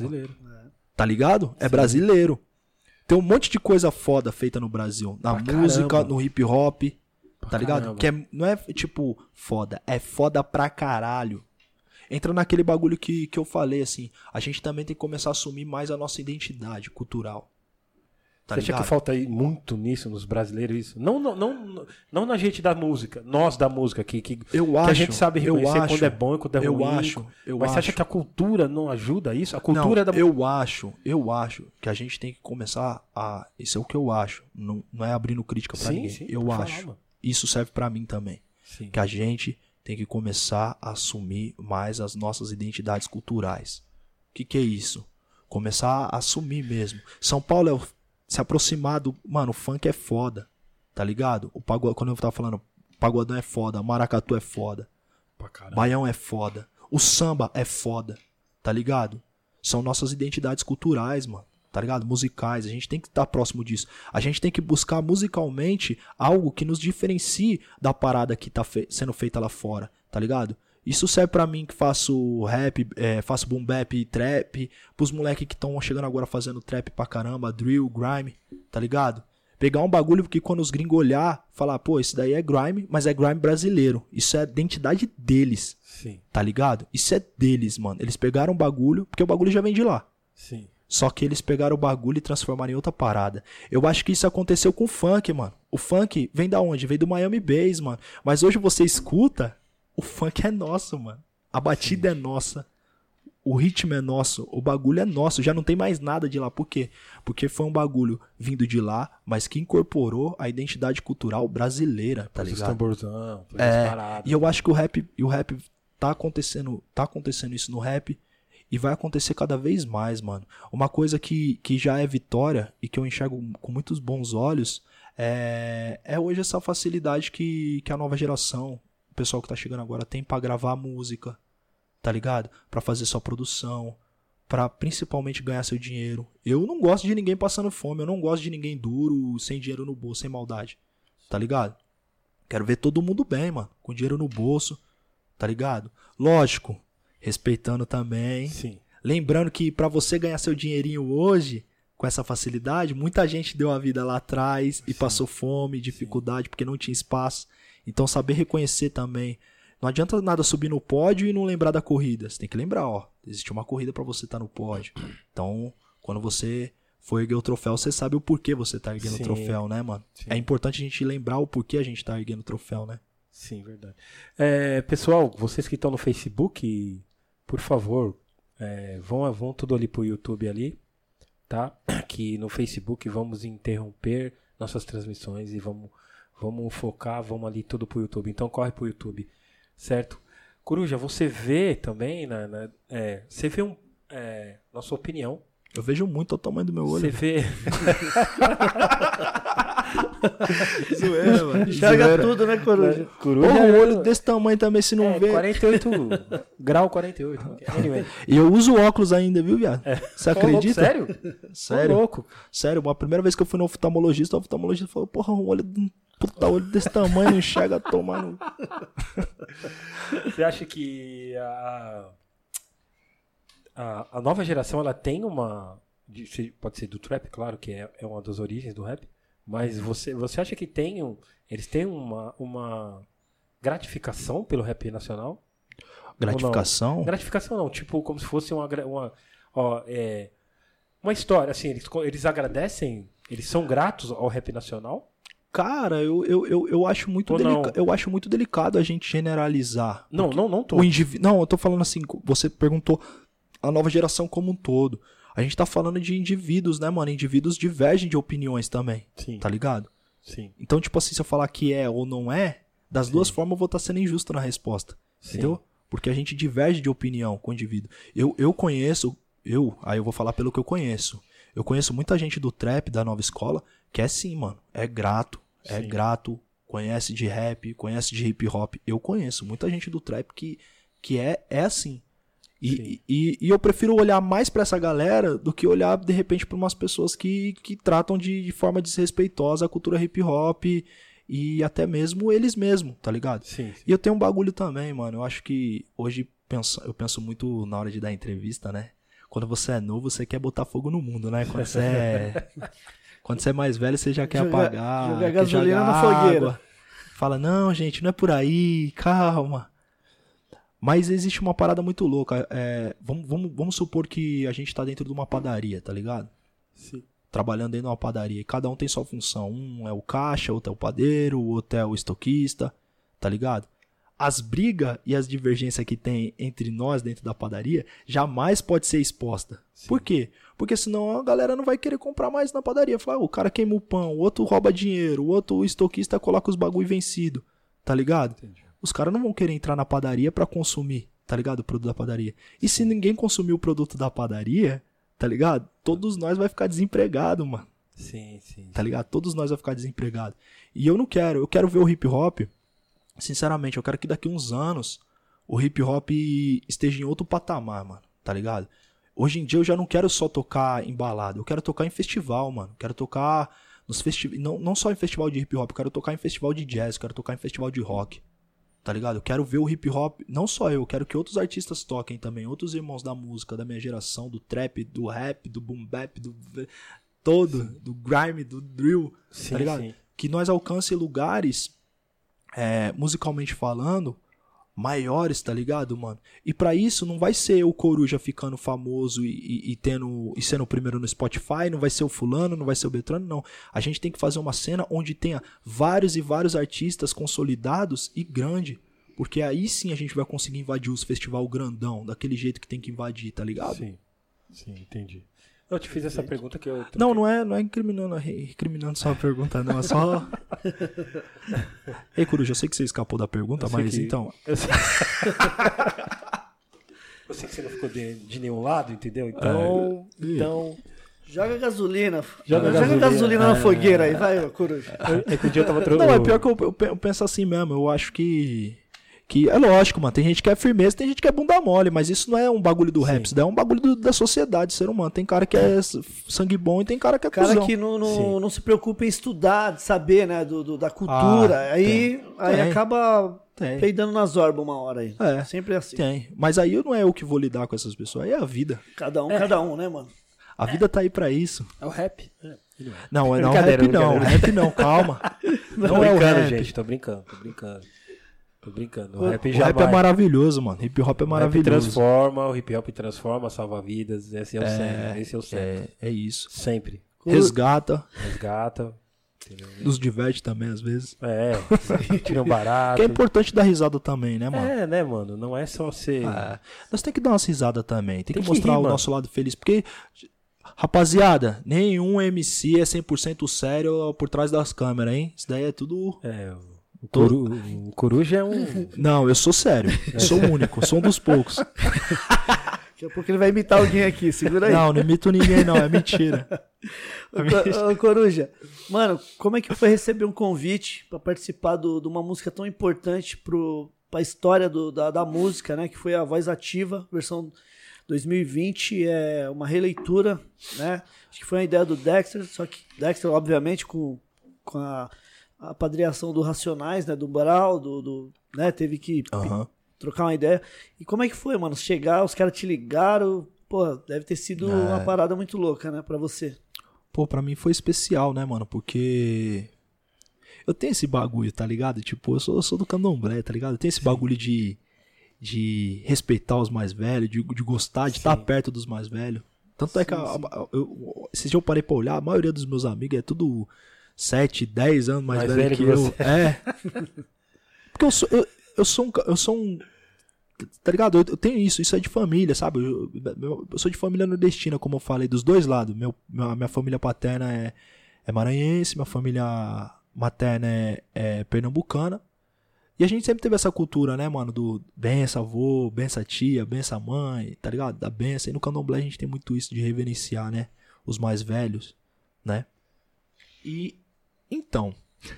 S3: Tá ligado? É brasileiro. Tem um monte de coisa foda feita no Brasil. Na música, no hip hop. Tá ligado? Que não é tipo foda. É foda pra caralho. Entra naquele bagulho que eu falei, assim. A gente também tem que começar a assumir mais a nossa identidade cultural. Tá
S2: Você
S3: ligado?
S2: acha que falta aí muito nisso nos brasileiros? Isso? Não na gente da música. Nós da música. Que a gente sabe reconhecer quando é bom e quando é ruim. Mas você acha que a cultura não ajuda isso? A cultura da
S3: eu acho que a gente tem que começar a... Isso é o que eu acho. Não é abrindo crítica pra ninguém.
S2: Sim,
S3: eu acho. Isso serve pra mim também.
S2: Sim.
S3: Que a gente tem que começar a assumir mais as nossas identidades culturais. O que é isso? Começar a assumir mesmo. São Paulo se aproximar do... Mano, o funk é foda. Tá ligado? O pagode, quando eu tava falando, pagodão é foda, maracatu é foda. Baião é foda. O samba é foda. Tá ligado? São nossas identidades culturais, mano. Tá ligado? Musicais. A gente tem que estar próximo disso. A gente tem que buscar musicalmente algo que nos diferencie da parada que tá sendo feita lá fora. Tá ligado? Isso serve pra mim que faço rap, faço boom bap e trap. Pros moleques que estão chegando agora fazendo trap pra caramba, drill, grime. Tá ligado? Pegar um bagulho que quando os gringos olhar, falar, pô, esse daí é grime, mas é grime brasileiro. Isso é a identidade deles.
S2: Sim.
S3: Tá ligado? Isso é deles, mano. Eles pegaram o bagulho, porque o bagulho já vem de lá.
S2: Sim.
S3: Só que eles pegaram o bagulho e transformaram em outra parada. Eu acho que isso aconteceu com o funk, mano. O funk vem da onde? Vem do Miami Bass, mano. Mas hoje você escuta, o funk é nosso, mano. A batida é nossa. O ritmo é nosso. O bagulho é nosso. Já não tem mais nada de lá. Por quê? Porque foi um bagulho vindo de lá, mas que incorporou a identidade cultural brasileira, tá ligado?
S2: Tamborzão,
S3: e eu acho que o rap tá acontecendo isso no rap. E vai acontecer cada vez mais, mano. Uma coisa que já é vitória e que eu enxergo com muitos bons olhos é hoje essa facilidade que a nova geração, o pessoal que tá chegando agora, tem pra gravar música, tá ligado? Pra fazer sua produção, pra principalmente ganhar seu dinheiro. Eu não gosto de ninguém passando fome, eu não gosto de ninguém duro, sem dinheiro no bolso, sem maldade, tá ligado? Quero ver todo mundo bem, mano, com dinheiro no bolso, tá ligado? Lógico. Respeitando também.
S2: Sim.
S3: Lembrando que pra você ganhar seu dinheirinho hoje, com essa facilidade, muita gente deu a vida lá atrás e passou fome, dificuldade, porque não tinha espaço. Então saber reconhecer também. Não adianta nada subir no pódio e não lembrar da corrida. Você tem que lembrar, ó, existe uma corrida pra você estar no pódio. Então, quando você for erguer o troféu, você sabe o porquê você tá erguendo o troféu, né, mano? Sim. É importante a gente lembrar o porquê a gente tá erguendo o troféu, né?
S2: Sim, verdade. Pessoal, vocês que estão no Facebook, por favor, vão tudo ali pro YouTube ali, tá? Que no Facebook vamos interromper nossas transmissões e vamos focar, vamos ali tudo pro YouTube. Então corre pro YouTube, certo? Coruja, você vê também, você vê na sua opinião.
S3: Eu vejo muito o tamanho do meu olho.
S2: Você vê...
S3: Zoeira, mano.
S1: Enxerga tudo, né, Coruja?
S3: Coruja um olho desse tamanho também, se não vê.
S2: 48 grau 48. Anyway.
S3: E eu uso óculos ainda, viu, viado? Você acredita?
S2: Sério?
S3: Sério.
S2: Louco.
S3: Sério, a primeira vez que eu fui no oftalmologista, o oftalmologista falou, porra, um olho desse tamanho, não enxerga tomando.
S2: Você acha que a nova geração, ela tem pode ser do trap, claro, que é uma das origens do rap, mas você acha que eles têm uma gratificação pelo rap nacional?
S3: Gratificação?
S2: Gratificação não, tipo como se fosse uma história, assim, eles agradecem, eles são gratos ao rap nacional?
S3: Cara, eu acho muito delicado a gente generalizar.
S2: Não tô.
S3: Não, eu tô falando assim, você perguntou a nova geração como um todo. A gente tá falando de indivíduos, né, mano? Indivíduos divergem de opiniões também. Sim. Tá ligado?
S2: Sim.
S3: Então, tipo assim, se eu falar que é ou não é, das duas formas eu vou estar sendo injusto na resposta. Sim. Entendeu? Porque a gente diverge de opinião com o indivíduo. Eu conheço, aí eu vou falar pelo que eu conheço. Eu conheço muita gente do trap, da nova escola, que é sim, mano. É grato, conhece de rap, conhece de hip hop. Eu conheço muita gente do trap que é assim. E eu prefiro olhar mais pra essa galera do que olhar, de repente, pra umas pessoas que tratam de forma desrespeitosa a cultura hip hop e até mesmo eles mesmos, tá ligado?
S2: Sim.
S3: E eu tenho um bagulho também, mano. Eu acho que hoje eu penso muito na hora de dar entrevista, né? Quando você é novo, você quer botar fogo no mundo, né? Quando você é mais velho, você já quer apagar.
S1: Jogar gasolina na fogueira.
S3: Fala, não, gente, não é por aí, calma. Mas existe uma parada muito louca. Vamos supor que a gente tá dentro de uma padaria, tá ligado?
S2: Sim.
S3: Trabalhando dentro de uma padaria. E cada um tem sua função. Um é o caixa, outro é o padeiro, outro é o estoquista, tá ligado? As brigas e as divergências que tem entre nós dentro da padaria jamais pode ser exposta. Sim. Por quê? Porque senão a galera não vai querer comprar mais na padaria. Fala, o cara queima o pão, o outro rouba dinheiro, o outro estoquista coloca os bagulho vencido, tá ligado? Entendi. Os caras não vão querer entrar na padaria pra consumir, tá ligado? O produto da padaria. E se ninguém consumir o produto da padaria, tá ligado? Todos nós vai ficar desempregado, mano.
S2: Sim.
S3: Tá ligado? Todos nós vai ficar desempregado. E eu não quero. Eu quero ver o hip hop. Sinceramente, eu quero que daqui uns anos o hip hop esteja em outro patamar, mano. Tá ligado? Hoje em dia eu já não quero só tocar em balada. Eu quero tocar em festival, mano. Quero tocar nos festivais. Não só em festival de hip hop. Eu quero tocar em festival de jazz. Eu quero tocar em festival de rock. Tá ligado? Eu quero ver o hip hop, não só eu quero que outros artistas toquem também, outros irmãos da música, da minha geração, do trap, do rap, do boom bap, do grime, do drill, tá ligado? Sim. Que nós alcance lugares, musicalmente falando, maiores, tá ligado, mano? E pra isso não vai ser o Coruja ficando famoso e sendo o primeiro no Spotify, não vai ser o fulano, não vai ser o Beltrano, não. A gente tem que fazer uma cena onde tenha vários e vários artistas consolidados e grande, porque aí sim a gente vai conseguir invadir os festival grandão, daquele jeito que tem que invadir, tá ligado?
S2: Sim, entendi. Eu te fiz essa pergunta que eu...
S3: Não é recriminando só a pergunta, não, é só... Ei, Coruja, eu sei que você escapou da pergunta, mas então...
S2: Eu sei que você não ficou de nenhum lado, entendeu? Então...
S1: Joga gasolina. Joga gasolina na fogueira aí, vai, Coruja.
S3: Não, é pior que eu penso assim mesmo, eu acho que é lógico, mano, tem gente que é firmeza, tem gente que é bunda mole, mas isso não é um bagulho do rap, isso é um bagulho da sociedade, ser humano. Tem cara que é sangue bom e tem cara que é cuzão.
S1: Cara que não se preocupa em estudar, de saber, né, da cultura, aí acaba peidando nas orbas uma hora aí. Sempre assim.
S3: Tem, mas aí não é eu que vou lidar com essas pessoas, aí é a vida.
S1: Cada um, né, mano?
S3: A vida tá aí pra isso.
S2: É o rap.
S3: Não, não,
S2: Brincadeira,
S3: rap não,
S2: brincadeira.
S3: rap não, calma.
S2: Tô
S3: Não é o
S2: brincando,
S3: rap.
S2: gente, tô brincando. O rap
S3: O
S2: já
S3: rap é maravilhoso, mano. Hip hop é
S2: O
S3: maravilhoso.
S2: hip hop transforma, salva vidas. Esse é o sempre. Esse é o sempre.
S3: É isso.
S2: Sempre.
S3: Resgata,
S2: Resgata. Entendeu?
S3: nos diverte também às vezes.
S2: Tira um barato.
S3: Que é importante dar risada também, né, mano?
S2: É, né, mano? Não é só ser.
S3: Nós tem que dar umas risadas também. Tem
S2: Tem
S3: que
S2: que
S3: mostrar
S2: rir,
S3: o
S2: mano.
S3: nosso lado feliz. Porque, rapaziada, nenhum MC é 100% sério por trás das câmeras, hein? Isso daí é tudo...
S2: O Coruja é um.
S3: Não, eu sou sério. Eu sou o único. Sou um dos poucos.
S1: Daqui a pouco ele vai imitar alguém aqui, segura aí.
S3: Não imito ninguém não. É mentira.
S1: Ô, Coruja, mano, como é que foi receber um convite pra participar de uma música tão importante pra história da música, né? Que foi a Voz Ativa, versão 2020, é uma releitura, né? Acho que foi uma ideia do Dexter, só que Dexter, obviamente, com a apadrinhação do Racionais, né? Do Brau, né? Teve que
S3: Aham.
S1: trocar uma ideia. E como é que foi, mano? Chegar, os caras te ligaram, pô, deve ter sido uma parada muito louca, né? Pra você.
S3: Pô, pra mim foi especial, né, mano? Porque eu tenho esse bagulho, tá ligado? Tipo, eu sou do candomblé, tá ligado? Eu tenho esse bagulho de respeitar os mais velhos, de gostar, de estar perto dos mais velhos. Tanto é que esse dia eu parei pra olhar, a maioria dos meus amigos é tudo 7, 10 anos mais velho que eu.
S2: você.
S3: É. Porque eu sou um. Tá ligado? Eu tenho isso é de família, sabe? Eu sou de família nordestina, como eu falei, dos dois lados. Minha família paterna é maranhense, minha família materna é pernambucana. E a gente sempre teve essa cultura, né, mano? Do benção avô, benção tia, benção mãe, tá ligado? Da benção. E no candomblé a gente tem muito isso de reverenciar, né? Os mais velhos, né? E então.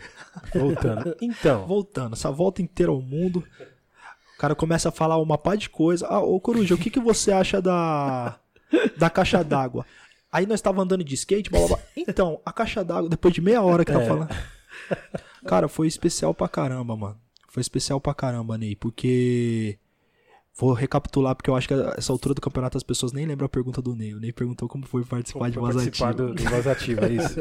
S3: Voltando, essa volta inteira ao mundo. O cara começa a falar uma pá de coisa. Ô Coruja, o que você acha da caixa d'água? Aí nós tava andando de skate, blá, blá, blá. Então, a caixa d'água, depois de meia hora que tá falando. Cara, foi especial pra caramba, mano. Foi especial pra caramba, Ney, porque... Vou recapitular, porque eu acho que a essa altura do campeonato as pessoas nem lembram a pergunta do Ney. O Ney perguntou como foi participar de Voz Ativa.
S2: do Voz Ativa, é isso.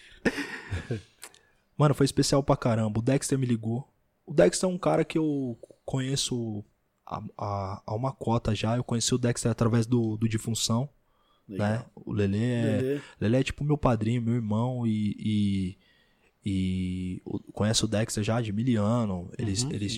S3: Mano, foi especial pra caramba. O Dexter me ligou. O Dexter é um cara que eu conheço há uma cota já. Eu conheci o Dexter através do Difunção, né? O Lelê é tipo meu padrinho, meu irmão e conhece o Dexter já de 1000 anos. Eles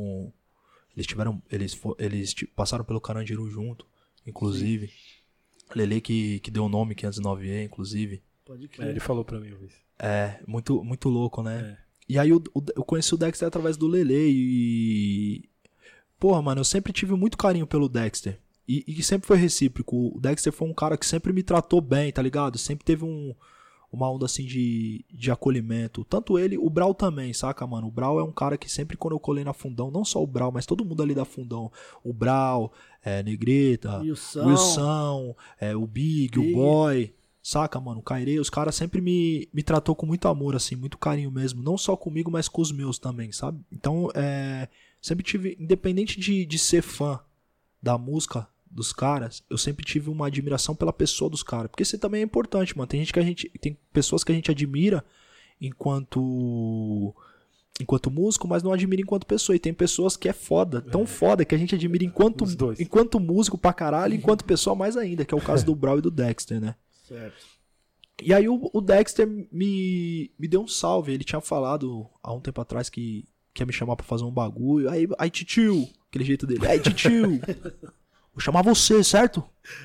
S3: passaram pelo Carandiru junto, inclusive. Sim. Lelê que deu o nome 509E, inclusive.
S1: Pode crer.
S2: Ele falou pra mim uma vez.
S3: É, muito, muito louco, né? E aí eu conheci o Dexter através do Lelê e... Porra, mano, eu sempre tive muito carinho pelo Dexter. E sempre foi recíproco. O Dexter foi um cara que sempre me tratou bem, tá ligado? Sempre teve uma onda assim de acolhimento. Tanto ele, o Brau também, saca, mano? O Brau é um cara que sempre quando eu colei na Fundão, não só o Brau, mas todo mundo ali da Fundão. O Brau, Negreta, Wilson, o Big, o Boy... Saca, mano, o Cairê, os caras sempre me tratou com muito amor, assim, muito carinho mesmo. Não só comigo, mas com os meus também, sabe? Então, sempre tive, independente de ser fã da música dos caras, eu sempre tive uma admiração pela pessoa dos caras. Porque isso também é importante, mano. Tem pessoas que a gente admira enquanto músico, mas não admira enquanto pessoa. E tem pessoas que é foda, tão foda, que a gente admira enquanto músico pra caralho, enquanto pessoa mais ainda, que é o caso do Brau e do Dexter, né?
S1: Certo.
S3: E aí o Dexter me deu um salve. Ele tinha falado há um tempo atrás que ia me chamar pra fazer um bagulho. Aí titio, aquele jeito dele. Aí titio, vou chamar você, certo?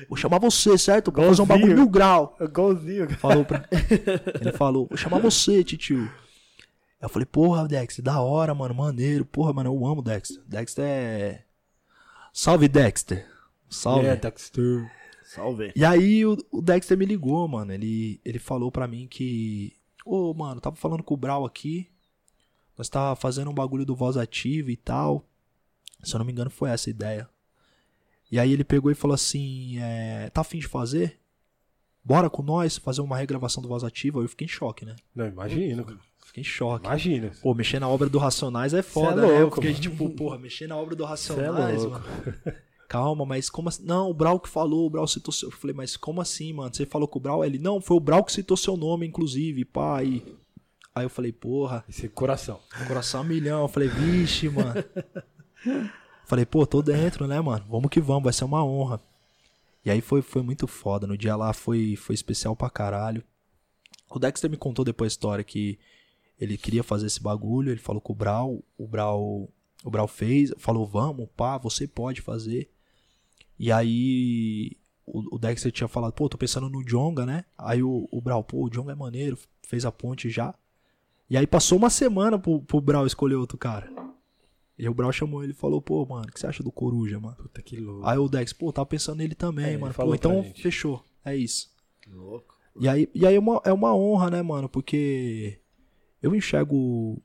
S3: Pra fazer um bagulho 1000 grau.
S2: Igualzinho.
S3: Ele falou, vou chamar você, titio. Eu falei, porra, Dexter, da hora, mano, maneiro. Porra, mano, eu amo o Dexter. Dexter é... Salve, Dexter. Salve.
S2: Dexter.
S1: Salve.
S3: E aí o Dexter me ligou, mano. Ele falou pra mim que... mano, tava falando com o Brau aqui. Nós tava fazendo um bagulho do Voz Ativa e tal. Se eu não me engano, foi essa a ideia. E aí ele pegou e falou assim... tá afim de fazer? Bora com nós fazer uma regravação do Voz Ativa? Eu fiquei em choque, né?
S2: Não, imagino, cara.
S3: Fiquei em choque.
S2: Imagina.
S3: Pô, mexer na obra do Racionais é foda,
S2: Cê é louco,
S3: né? Porque,
S2: mano.
S3: tipo, porra, mexer na obra do Racionais,
S2: Cê é louco.
S3: mano. calma, mas como assim? Não, o Brau que falou, o Brau citou seu... Eu falei, mas como assim, mano? Você falou com o Brau? Ele, não, foi o Brau que citou seu nome, inclusive, pá. Aí eu falei, porra.
S2: Esse coração.
S3: Coração a milhão. Eu falei, vixe, mano. Falei, pô, tô dentro, né, mano? Vamos que vamos, vai ser uma honra. E aí foi muito foda. No dia lá foi especial pra caralho. O Dexter me contou depois a história que ele queria fazer esse bagulho. Ele falou com o Brau. O Brau fez. Falou, vamos, pá, você pode fazer. E aí o Dexter tinha falado, pô, tô pensando no Djonga, né? Aí o Brau, pô, o Djonga é maneiro. Fez a ponte já. E aí passou uma semana pro Brau escolher outro cara. E o Brau chamou ele e falou, pô, mano, o que você acha do Coruja, mano?
S2: Puta que louco.
S3: Aí o Dex, pô, tava pensando nele também, mano. Pô, então fechou. É isso.
S1: Que louco.
S3: E aí é uma honra, né, mano? Porque eu enxergo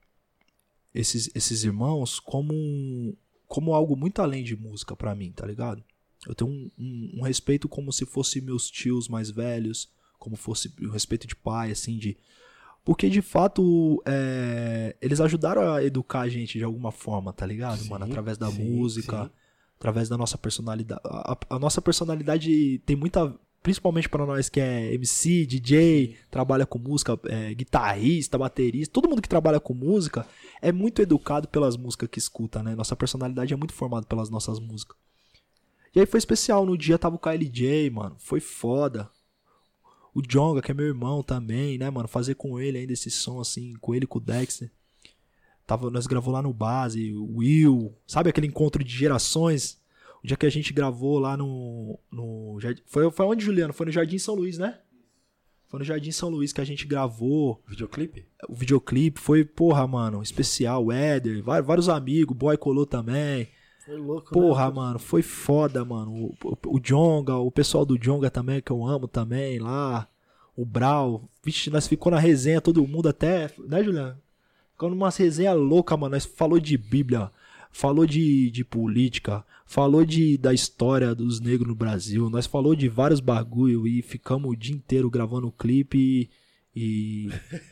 S3: esses irmãos como algo muito além de música pra mim, tá ligado? Eu tenho um respeito como se fossem meus tios mais velhos, como fosse um respeito de pai, assim, porque, de fato, eles ajudaram a educar a gente de alguma forma, tá ligado, sim, mano? Através da música, sim. Através da nossa personalidade. A nossa personalidade tem muita... Principalmente pra nós que é MC, DJ, sim. Trabalha com música, guitarrista, baterista. Todo mundo que trabalha com música é muito educado pelas músicas que escuta, né? Nossa personalidade é muito formada pelas nossas músicas. E aí foi especial. No dia tava o KLJ, mano. Foi foda. O Djonga, que é meu irmão também, né, mano? Fazer com ele ainda esse som, assim, com ele e com o Dexter. Nós gravou lá no Base, o Will, sabe aquele encontro de gerações? O dia que a gente gravou lá no foi onde, Juliano? Foi no Jardim São Luís, né? Foi no Jardim São Luís que a gente gravou.
S2: Videoclipe? O
S3: videoclipe foi, porra, mano, especial. O Éder, vários amigos, o Boy colou também.
S1: Foi louco,
S3: porra,
S1: né?
S3: Mano, foi foda, mano. O Djonga, o pessoal do Djonga também, que eu amo também, lá. O Brau. Vixe, nós ficou na resenha, todo mundo até... Né, Juliano? Ficou numa resenha louca, mano. Nós falou de Bíblia, falou de política, falou da história dos negros no Brasil. Nós falou de vários bagulho e ficamos o dia inteiro gravando o clipe e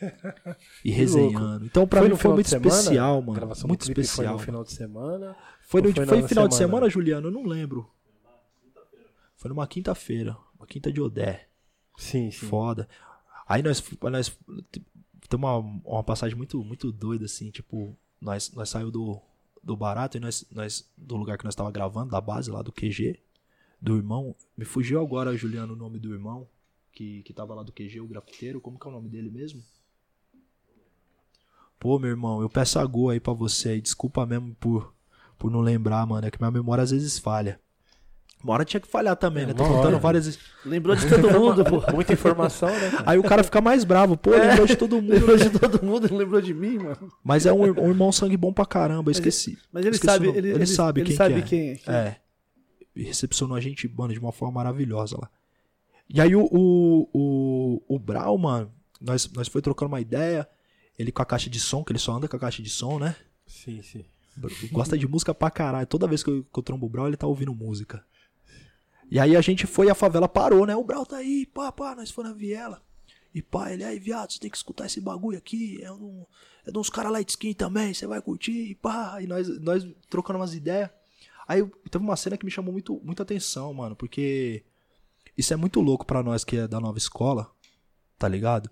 S3: resenhando. Então, pra mim foi muito especial, mano. Muito especial.
S2: Foi no final de semana...
S3: Foi final de semana, Juliano? Eu não lembro. Foi numa quinta-feira. Uma quinta de Odé.
S2: Sim.
S3: Foda. Aí nós tem uma passagem muito, muito doida, assim. Tipo, nós saímos do Barato e nós do lugar que nós tava gravando, da base lá do QG, do irmão. Me fugiu agora, Juliano, o nome do irmão que tava lá do QG, o grafiteiro. Como que é o nome dele mesmo? Pô, meu irmão, eu peço a Go aí pra você aí. Desculpa mesmo por não lembrar, mano. É que minha memória às vezes falha. Uma hora tinha que falhar também, né? Tô contando várias...
S1: Lembrou de todo mundo, pô.
S2: Muita informação, né?
S3: Aí o cara fica mais bravo. Pô, lembrou de todo mundo.
S1: Lembrou de todo mundo, não lembrou de mim, mano.
S3: Mas é um irmão sangue bom pra caramba, eu esqueci.
S1: Mas ele sabe, ele
S3: sabe quem
S1: é.
S3: É. E recepcionou a gente, mano, de uma forma maravilhosa lá. E aí o Brau, mano, nós foi trocando uma ideia. Ele com a caixa de som, que ele só anda com a caixa de som, né?
S2: Sim.
S3: Gosta de música pra caralho. Toda vez que eu trombo o Brau, ele tá ouvindo música. E aí a gente foi e a favela parou, né? O Brau tá aí, pá, nós fomos na viela. E pá, ele aí, viado, você tem que escutar esse bagulho aqui. É de uns caras light skin também, você vai curtir, e pá. E nós trocando umas ideias. Aí teve uma cena que me chamou muita atenção, mano. Porque isso é muito louco pra nós que é da nova escola, tá ligado?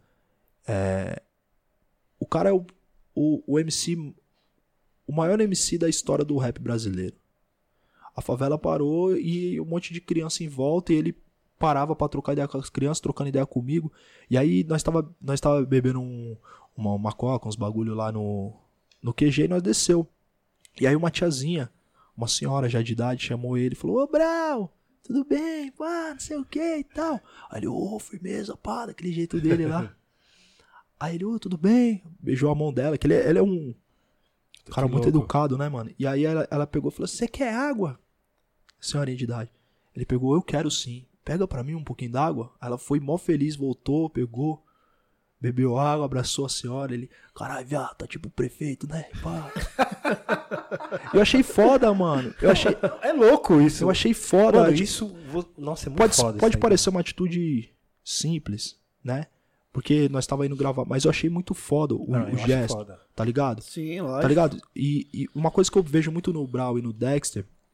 S3: O cara é o MC... O maior MC da história do rap brasileiro. A favela parou e um monte de criança em volta e ele parava pra trocar ideia com as crianças, trocando ideia comigo. E aí nós tava bebendo uma coca, uns bagulho lá no QG e nós desceu. E aí uma tiazinha, uma senhora já de idade, chamou ele e falou: Ô Brau, tudo bem? Pá, não sei o que e tal. Aí ele, firmeza, pá, daquele jeito dele lá. Aí ele, tudo bem? Beijou a mão dela, que ele é um cara muito educado, né, mano? E aí ela pegou e falou: você quer água? Senhorinha de idade. Ele pegou: eu quero sim. Pega pra mim um pouquinho d'água. Ela foi mó feliz, voltou, pegou, bebeu água, abraçou a senhora. Ele: caralho, viado, tá tipo o prefeito, né? Pá. Eu achei foda, mano.
S2: É louco isso.
S3: Eu achei foda.
S2: Mano, isso... Nossa, é muito foda.
S3: Pode parecer uma atitude simples, né? Porque nós tava indo gravar, mas eu achei muito foda o gesto, tá ligado?
S1: Sim, lógico.
S3: Tá ligado? E uma coisa que eu vejo muito no Brau e no Dexter,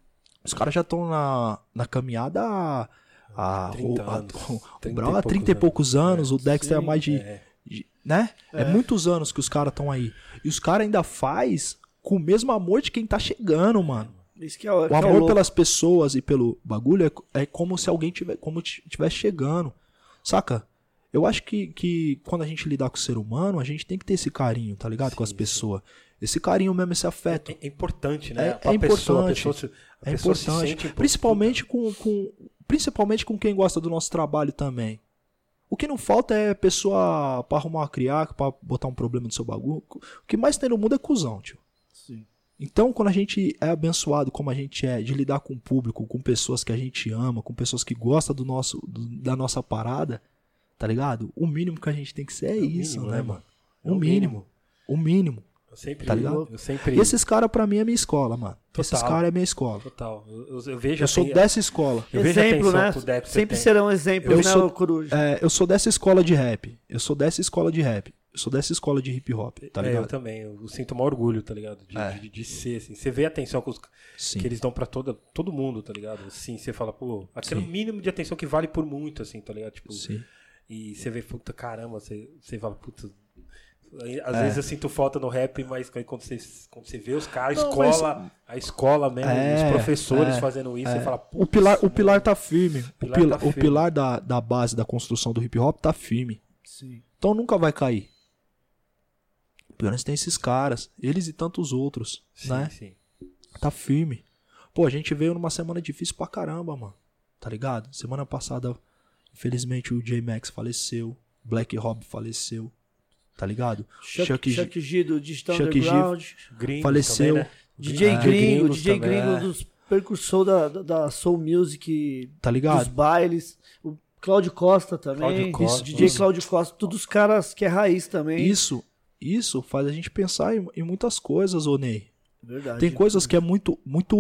S3: Os caras já estão na caminhada há
S2: 30 anos.
S3: O Brau há 30 e poucos anos, o Dexter há mais de né? É muitos anos que os caras estão aí. E os caras ainda faz com o mesmo amor de quem tá chegando, mano.
S1: Isso que é
S3: O amor pelas pessoas e pelo bagulho é como se alguém tivesse chegando. Saca? Eu acho que quando a gente lidar com o ser humano, a gente tem que ter esse carinho, tá ligado? Com as pessoas. Esse carinho mesmo, esse afeto.
S2: É importante, né?
S3: É importante.
S2: A pessoa se sente
S3: principalmente com quem gosta do nosso trabalho também. O que não falta é pessoa pra arrumar uma criaca, pra botar um problema no seu bagulho. O que mais tem no mundo é cuzão, tio.
S1: Sim.
S3: Então, quando a gente é abençoado como a gente é, de lidar com o público, com pessoas que a gente ama, com pessoas que gostam da nossa parada, tá ligado? O mínimo que a gente tem que ser é isso,
S2: mínimo,
S3: né, mano?
S2: É o
S3: mínimo. O mínimo.
S2: Eu sempre,
S3: Tá ligado?
S2: eu sempre...
S3: E esses caras, pra mim, é minha escola, mano. Esses caras é minha escola.
S2: Total. Eu vejo
S3: Eu sou
S2: assim,
S3: dessa escola.
S2: eu vejo a
S1: Exemplo,
S2: atenção
S1: né?
S2: que o Dexter
S1: Sempre
S2: tem.
S1: serão exemplos, né,
S3: sou-
S1: Coruja?
S3: Eu sou dessa escola de rap. Eu sou dessa escola de rap. Eu sou dessa escola de hip hop, tá
S2: eu
S3: ligado?
S2: também. Eu sinto um orgulho, tá ligado? De ser, assim. Você vê a atenção
S3: Sim.
S2: que eles dão pra todo mundo, tá ligado? Assim, você fala, pô, aquele
S3: Sim.
S2: mínimo de atenção que vale por muito, assim, tá ligado? Tipo,
S3: Sim.
S2: e você vê, puta, caramba, você fala, puta... Às vezes eu sinto falta no rap, mas quando você vê os caras, a escola mesmo, os professores fazendo isso, você fala,
S3: O pilar tá firme. O pilar da base da construção do hip hop tá firme.
S1: Sim.
S3: Então nunca vai cair. Pelo menos tem esses caras, eles e tantos outros, né?
S2: Sim.
S3: Tá firme. Pô, a gente veio numa semana difícil pra caramba, mano. Tá ligado? Semana passada, infelizmente, o J-Max faleceu. Black Rob faleceu. Tá ligado?
S1: Chuck G do Digital
S3: Chuck G
S1: Underground.
S2: Gringos
S3: faleceu.
S2: também, né?
S1: DJ
S2: Gringos
S1: DJ
S2: também,
S1: Gringo dos precursor da Soul Music,
S3: Tá ligado?
S1: dos bailes. O Cláudio Costa também.
S2: Cláudio Costa.
S1: DJ Cláudio Costa. Todos os caras que é raiz também.
S3: Isso faz a gente pensar em muitas coisas, ô Ney.
S1: Verdade.
S3: Tem coisas que é muito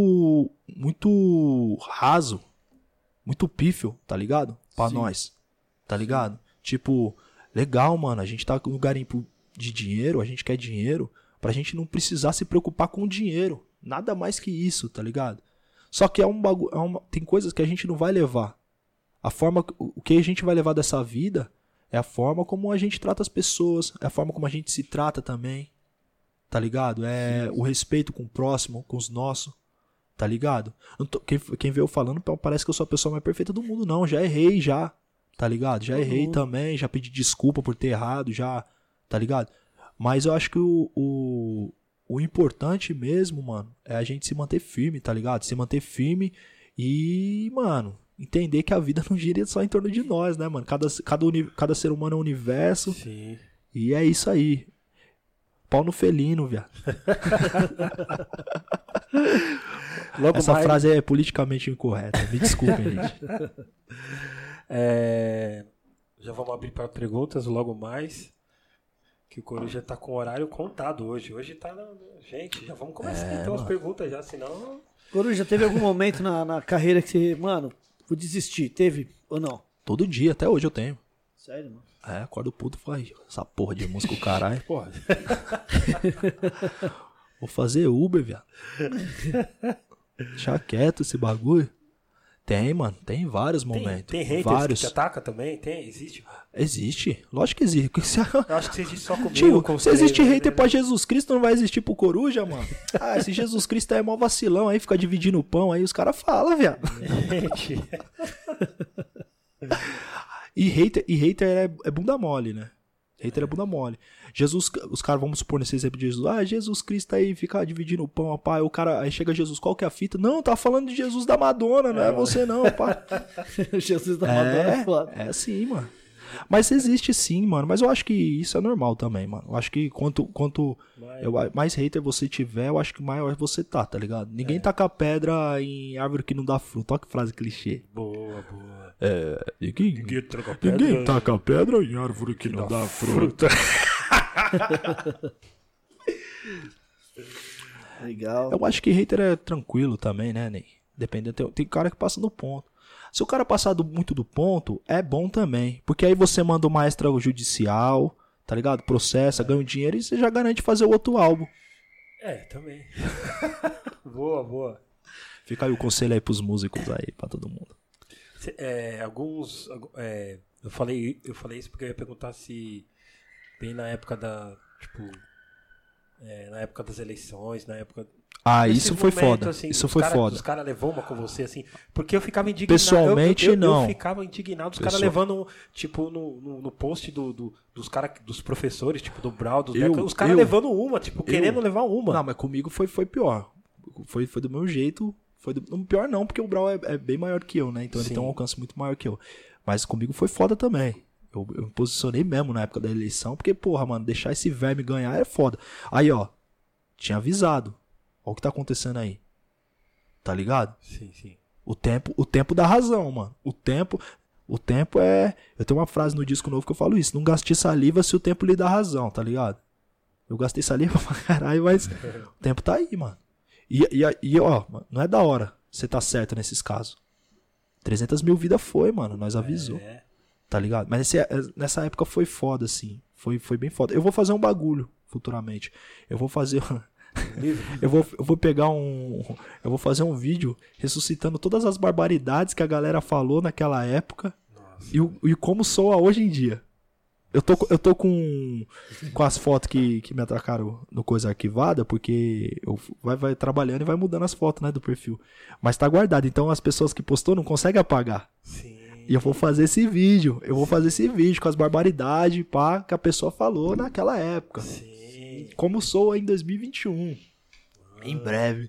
S3: raso, muito pífio, tá ligado? Pra nós, tá ligado? Tipo, legal, mano, a gente tá no garimpo de dinheiro, a gente quer dinheiro pra gente não precisar se preocupar com o dinheiro. Nada mais que isso, tá ligado? Só que tem coisas que a gente não vai levar. O que a gente vai levar dessa vida é a forma como a gente trata as pessoas, é a forma como a gente se trata também. Tá ligado? É o respeito com o próximo, com os nossos. Tá ligado? Quem vê eu falando parece que eu sou a pessoa mais perfeita do mundo. Não, já errei, já. Tá ligado? Já errei também, já pedi desculpa por ter errado, já. Tá ligado? Mas eu acho que o importante mesmo, mano, é a gente se manter firme, tá ligado? Se manter firme e, mano, entender que a vida não gira só em torno de nós, né, mano? Cada ser humano é um universo.
S2: Sim.
S3: E é isso aí. Pau no felino, viado. Essa frase é politicamente incorreta. Me desculpem, gente.
S2: Já vamos abrir para perguntas logo mais. Que o Coruja tá com o horário contado hoje. Hoje tá... Gente, já vamos começar então as perguntas já, senão...
S1: Coruja, teve algum momento na carreira que você... Mano, vou desistir. Teve ou não?
S3: Todo dia, até hoje eu tenho.
S1: Sério, mano?
S3: Acordo puto e falo, essa porra de música, o caralho.
S2: Porra.
S3: Vou fazer Uber, viado. Deixa quieto esse bagulho. Tem, mano. Tem vários momentos.
S2: Tem haters
S3: vários.
S2: que te ataca também? Existe?
S3: Existe. Lógico que existe.
S2: Eu acho que você existe só comigo.
S3: Tio, se existe hater pra Jesus Cristo, não vai existir pro Coruja, mano. Ah, esse Jesus Cristo aí é mó vacilão, aí fica dividindo o pão, aí os caras falam, viado.
S2: Gente.
S3: E hater é bunda mole, né? Hater é bunda mole. Jesus, os caras, vamos supor nesse exemplo de Jesus. Ah, Jesus Cristo aí fica dividindo o pão, pá. O cara, aí chega Jesus, qual que é a fita? Não, tá falando de Jesus da Madonna, não é você não, pá.
S1: Jesus da Madonna é foda.
S3: É sim, mano. Mas existe sim, mano. Mas eu acho que isso é normal também, mano. Eu acho que quanto mais hater você tiver, eu acho que maior você tá ligado? Ninguém taca pedra em árvore que não dá fruto. Olha que frase clichê.
S2: Boa.
S3: Ninguém taca pedra em árvore que não dá fruta.
S1: Legal.
S3: Eu acho que hater é tranquilo também, né, Ney? Dependendo, tem cara que passa do ponto. Se o cara passar muito do ponto, é bom também. Porque aí você manda uma extrajudicial, tá ligado? Processa, ganha um dinheiro e você já garante fazer o outro álbum.
S2: Também. Boa.
S3: Fica aí o conselho aí pros músicos aí, pra todo mundo.
S2: Eu falei isso porque eu ia perguntar se bem na época na época das eleições, na época...
S3: Isso foi foda.
S2: Assim,
S3: isso foi foda.
S2: Os caras levou uma com você, assim, porque eu ficava indignado.
S3: Pessoalmente, não.
S2: Eu ficava indignado, os caras levando, tipo, no post dos caras, dos professores, tipo, do Brau, dos Deca, os caras levando uma, tipo, querendo levar uma.
S3: Não, mas comigo foi pior. Foi do meu jeito. Pior não, porque o Brau é bem maior que eu, né? Então ele tem um alcance muito maior que eu. Mas comigo foi foda também. Eu me posicionei mesmo na época da eleição, porque, porra, mano, deixar esse verme ganhar é foda. Aí, ó, tinha avisado. Olha o que tá acontecendo aí. Tá ligado?
S2: Sim, sim.
S3: O tempo dá razão, mano. O tempo é... Eu tenho uma frase no disco novo que eu falo isso. Não gaste saliva se o tempo lhe dá razão, tá ligado? Eu gastei saliva pra caralho, mas o tempo tá aí, mano. E ó, não é da hora você tá certo nesses casos. 300 mil vidas foi, mano. Nós avisou. Tá ligado? Mas nessa época foi foda, assim. Foi bem foda. Eu vou fazer um bagulho futuramente. Eu vou fazer... eu vou pegar eu vou fazer um vídeo ressuscitando todas as barbaridades que a galera falou naquela época e como soa hoje em dia. Eu tô com as fotos que me atracaram no coisa arquivada, porque vai trabalhando e vai mudando as fotos, né, do perfil. Mas tá guardado, então as pessoas que postou não conseguem apagar.
S2: Sim.
S3: E eu vou fazer esse vídeo. Com as barbaridades, pá, que a pessoa falou naquela época.
S2: Sim.
S3: Como soa em 2021. Em breve.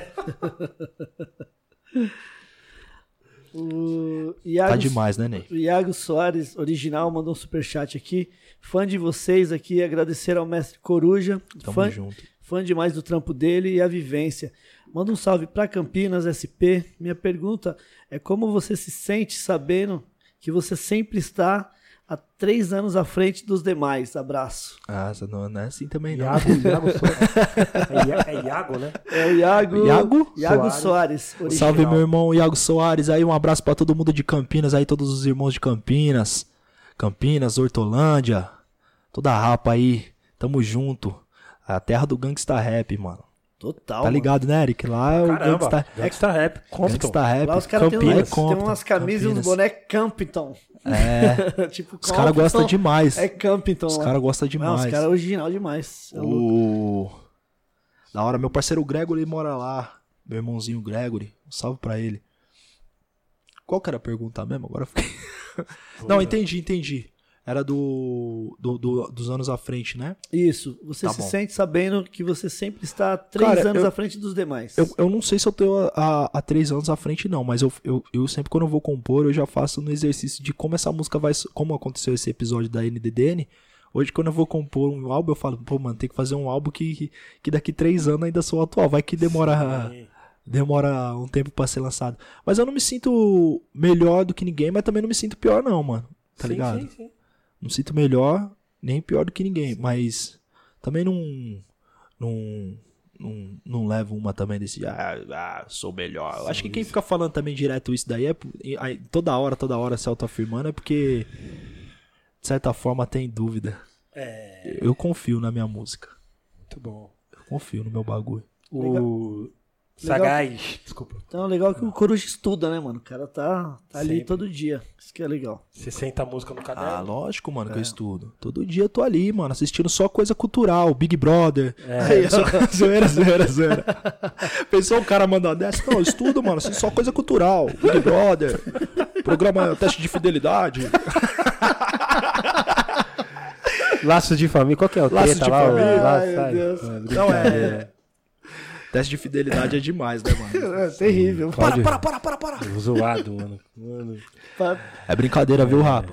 S3: Tá demais, né, Ney?
S1: O Iago Soares, original, mandou um superchat aqui. Fã de vocês aqui, agradecer ao mestre Coruja.
S3: Tamo junto.
S1: Fã demais do trampo dele e a vivência. Manda um salve pra Campinas, SP. Minha pergunta é como você se sente sabendo que você sempre está há 3 anos à frente dos demais. Abraço.
S3: Não é assim também, não.
S2: Iago Soares. É Iago, né?
S1: É o Iago Soares.
S3: Salve, meu irmão Iago Soares. Aí um abraço pra todo mundo de Campinas, aí todos os irmãos de Campinas, Hortolândia, toda a rapa aí. Tamo junto. A terra do gangsta rap, mano.
S1: Total.
S3: Tá ligado, né, Eric? Lá é o
S2: Gangsta Rap.
S3: Gangsta Rap.
S1: Lá os caras têm umas camisas e uns bonecos Campington. Tipo,
S3: os caras gostam demais.
S1: É Campington.
S3: Os caras gostam demais.
S1: Os caras é original demais.
S3: Da hora, meu parceiro Gregory mora lá. Meu irmãozinho Gregory. Um salve pra ele. Qual que era a pergunta mesmo? Agora eu fiquei... Não, entendi. Era dos anos à frente, né?
S1: Isso. Você se sente sabendo que você sempre está 3 anos à frente dos demais.
S3: Eu não sei se eu tô há 3 anos à frente, não. Mas eu sempre, quando eu vou compor, eu já faço no exercício de como essa música vai... Como aconteceu esse episódio da NDDN. Hoje, quando eu vou compor um álbum, eu falo... Pô, mano, tem que fazer um álbum que daqui 3 anos ainda sou atual. Vai que demora um tempo pra ser lançado. Mas eu não me sinto melhor do que ninguém, mas também não me sinto pior, não, mano. Tá ligado?
S2: Sim.
S3: Não sinto melhor, nem pior do que ninguém, mas também não levo uma também desse, sou melhor. Eu acho que quem fica falando também direto isso daí, toda hora se autoafirmando, é porque, de certa forma, tem dúvida. Eu confio na minha música.
S2: Muito bom.
S3: Eu confio no meu bagulho.
S2: Sagaz. Desculpa.
S1: Então, legal que o Coruja estuda, né, mano? O cara tá ali todo dia. Isso que é legal.
S2: Você senta a música no caderno?
S3: Lógico, mano, que eu estudo. Todo dia eu tô ali, mano, assistindo só coisa cultural, Big Brother. Zoeira. Pensou o cara mandando dessa? Não, eu estudo, mano, assisto só coisa cultural, Big Brother, programa Teste de Fidelidade.
S2: Laços de Família, qual que é o
S3: Laços de Família?
S1: Ai, meu Deus.
S3: Não, Teste de fidelidade é demais, né, mano?
S1: É terrível.
S3: Para.
S2: Zoado, mano.
S3: É brincadeira, viu, Rafa?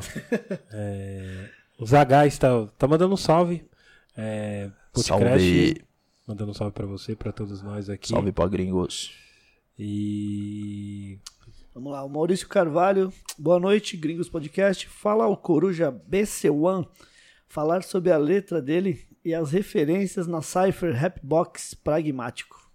S2: O Zagás tá mandando um salve.
S3: Salve.
S2: Mandando um salve pra você, pra todos nós aqui.
S3: Salve pra gringos.
S1: E... Vamos lá, o Maurício Carvalho. Boa noite, Gringos Podcast. Fala ao Coruja BC1 falar sobre a letra dele e as referências na Cypher Rapbox Pragmático.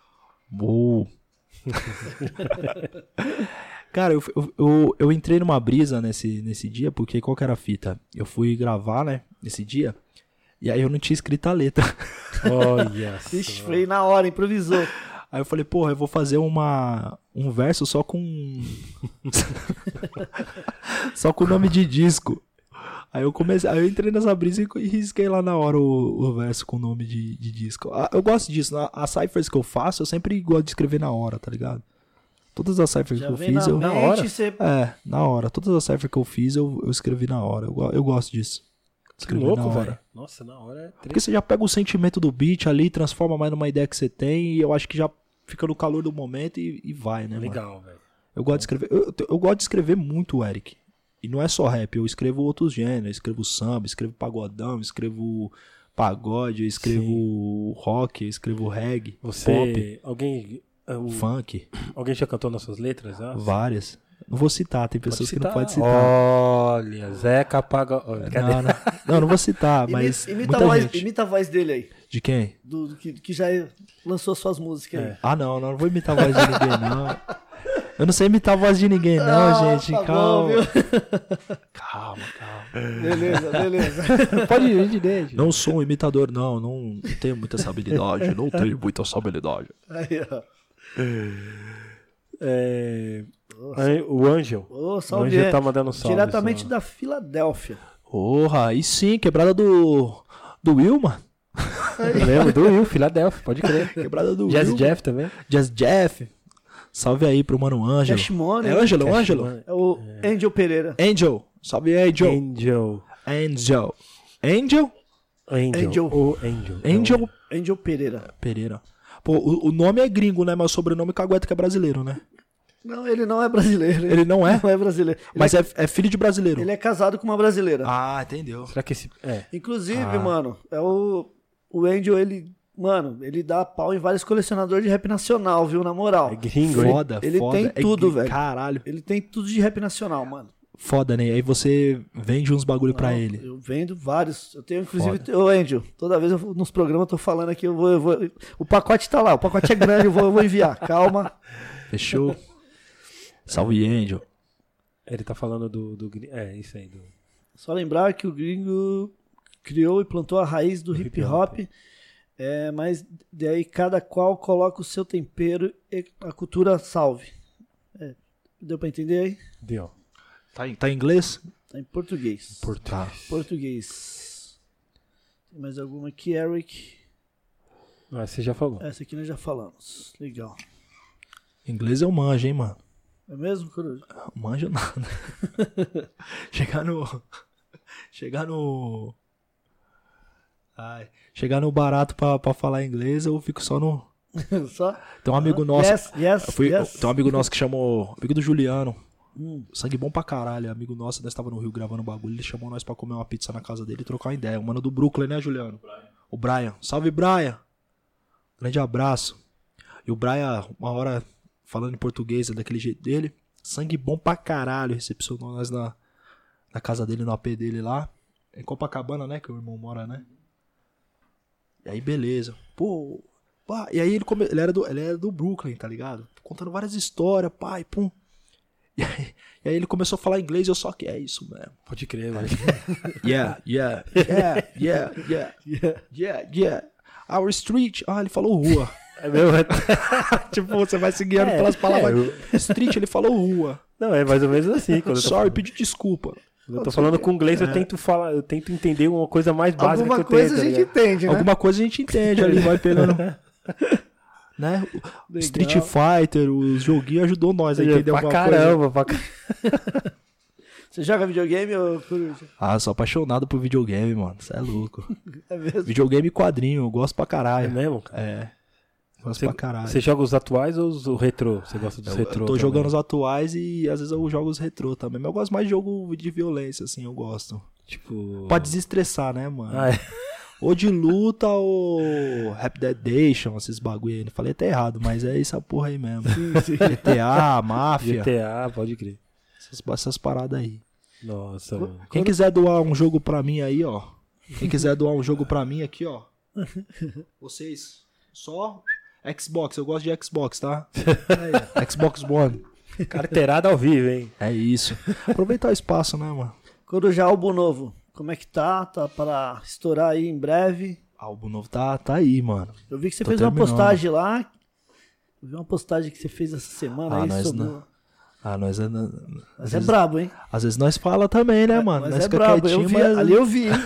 S3: Cara, eu entrei numa brisa nesse dia, porque qual que era a fita? Eu fui gravar, né, nesse dia, e aí eu não tinha escrito a letra.
S1: Ixi, foi na hora, improvisou.
S3: Aí eu falei, porra, eu vou fazer um verso só com... só com o nome de disco. Aí eu entrei nessa brisa e risquei lá na hora o verso com o nome de disco. Eu gosto disso. As cyphers que eu faço, eu sempre gosto de escrever na hora, tá ligado? Todas as cyphers que eu fiz,
S1: na hora?
S3: Na hora. Todas as cyphers que eu fiz, eu escrevi na hora. Eu gosto disso.
S2: Que louco, velho. Nossa, na hora é triste.
S3: Porque você já pega o sentimento do beat ali, transforma mais numa ideia que você tem, e eu acho que já fica no calor do momento e vai, né,
S2: legal,
S3: mano?
S2: velho.
S3: Eu gosto de escrever. Eu gosto de escrever muito, Eric. E não é só rap, eu escrevo outros gêneros. Eu escrevo samba, escrevo pagodão, escrevo pagode, eu escrevo rock, eu escrevo reggae, pop,
S2: alguém...
S3: funk.
S2: Alguém já cantou nossas letras?
S3: Várias. Não vou citar, tem pessoas que não podem citar.
S2: Olha, Zeca Pagodão.
S3: Não vou citar, mas
S1: imita a voz dele aí.
S3: De quem?
S1: Que já lançou suas músicas aí.
S3: Não vou imitar a voz de ninguém, não. Eu não sei imitar a voz de ninguém, não, gente.
S1: Tá
S3: calma.
S1: Bom,
S3: calma.
S1: Beleza.
S3: Pode ir, gente. Não sou um imitador, não tenho muita essa habilidade.
S1: Aí, ó.
S2: O Angel.
S1: Salve,
S2: o Angel tá mandando um salve.
S1: Diretamente da Filadélfia.
S3: Porra, aí sim, quebrada do Will, mano.
S2: Eu lembro do Will, Filadélfia, pode crer.
S3: Quebrada do
S2: Jazz
S3: Will.
S2: Jeff também.
S3: Jazz Jeff. Salve aí pro mano Ângelo.
S1: Cash Money.
S3: É Ângelo?
S1: É o Angel Pereira.
S3: Angel. Salve Angel.
S1: Angel Pereira.
S3: Pô, o nome é gringo, né? Mas o sobrenome cagueta que é brasileiro, né?
S1: Não, ele não é brasileiro.
S3: Ele não é?
S1: Não é brasileiro.
S3: Mas é filho de brasileiro.
S1: Ele é casado com uma brasileira.
S3: Ah, entendeu.
S2: Será que esse...
S1: Inclusive, mano, o Angel, ele dá pau em vários colecionadores de rap nacional, viu? Na moral.
S2: É gringo,
S3: foda.
S1: Ele tem tudo, velho.
S3: Caralho.
S1: Ele tem tudo de rap nacional, mano.
S3: Foda, né? Aí você vende uns bagulho pra ele.
S1: Eu vendo vários. Eu tenho, inclusive, ô Angel, toda vez nos programas eu tô falando aqui, eu vou. O pacote tá lá, o pacote é grande, eu vou enviar. Calma.
S3: Fechou? Salve, Angel.
S2: Ele tá falando do isso aí.
S1: Só lembrar que o gringo criou e plantou a raiz do hip hop. Mas daí cada qual coloca o seu tempero e a cultura salve. Deu pra entender aí?
S2: Deu.
S3: Tá em inglês?
S1: Tá em português. Português. Tem mais alguma aqui, Eric?
S2: Você já falou.
S1: Essa aqui nós já falamos. Legal.
S3: Inglês eu manjo, hein, mano?
S1: É mesmo, Coruja?
S3: Manjo nada. Chegar no barato pra falar inglês, eu fico só no...
S1: Só?
S3: Tem um amigo nosso...
S1: Yes.
S3: Tem um amigo nosso que chamou... Amigo do Juliano. Sangue bom pra caralho. Amigo nosso, nós tava no Rio gravando um bagulho. Ele chamou nós pra comer uma pizza na casa dele e trocar uma ideia. O mano do Brooklyn, né, Juliano? O Brian. Salve, Brian. Grande abraço. E o Brian, uma hora falando em português, daquele jeito dele. Sangue bom pra caralho. Recepcionou nós na casa dele, no AP dele lá. Em Copacabana, né? Que o irmão mora, né? E aí, beleza. Pô. Pá. E aí ele era do Brooklyn, tá ligado? Contando várias histórias, pai, pum. E aí ele começou a falar inglês e eu só que é isso mesmo.
S2: Pode crer, velho.
S3: Yeah. Our street. Ele falou rua.
S2: É mesmo?
S3: Tipo, você vai se guiando pelas palavras. Street, ele falou rua.
S2: Não, é mais ou menos assim.
S3: Sorry, pedi desculpa.
S2: Eu tô falando com inglês, eu tento entender uma coisa mais básica
S1: Alguma
S2: que eu tenho.
S1: Alguma coisa a gente entende, né?
S3: Alguma coisa a gente entende ali, vai pegando... Né? Street Fighter, os joguinhos ajudou nós a entender alguma coisa.
S1: Você joga videogame ou Coruja?
S3: Sou apaixonado por videogame, mano. Você é louco.
S1: É mesmo?
S3: Videogame e quadrinho, eu gosto pra caralho.
S2: É mesmo? Cara?
S3: Gosto pra caralho.
S2: Você joga os atuais ou os retrô? Você gosta dos retrô?
S3: Eu tô jogando os atuais e às vezes eu jogo os retrô também. Mas eu gosto mais de jogo de violência, assim, eu gosto.
S2: Tipo...
S3: Pra desestressar, né, mano?
S2: É.
S3: Ou de luta ou Rap Deadation, esses bagulho aí. Falei até errado, mas é essa porra aí mesmo.
S1: Sim.
S3: GTA, Máfia.
S2: GTA, pode crer.
S3: Essas paradas aí.
S2: Nossa, mano.
S3: Quem quiser doar um jogo pra mim aí, ó. Quem quiser doar um jogo pra mim aqui, ó. Vocês, só Xbox. Eu gosto de Xbox, tá? Xbox One.
S2: Carteirada ao vivo, hein?
S3: É isso. Aproveitar o espaço, né, mano?
S1: Coruja, álbum novo. Como é que tá? Tá pra estourar aí em breve?
S3: Álbum novo tá aí, mano.
S1: Eu vi que você fez uma postagem lá Eu vi uma postagem que você fez essa semana aí
S3: nós
S1: sobre...
S3: não. Nós é...
S1: Mas é brabo, hein?
S3: Às vezes nós fala também, né, mano?
S1: Mas
S3: Nós
S1: é
S3: fica
S1: brabo,
S3: quietinho,
S1: eu vi,
S3: mas...
S1: ali eu vi, hein?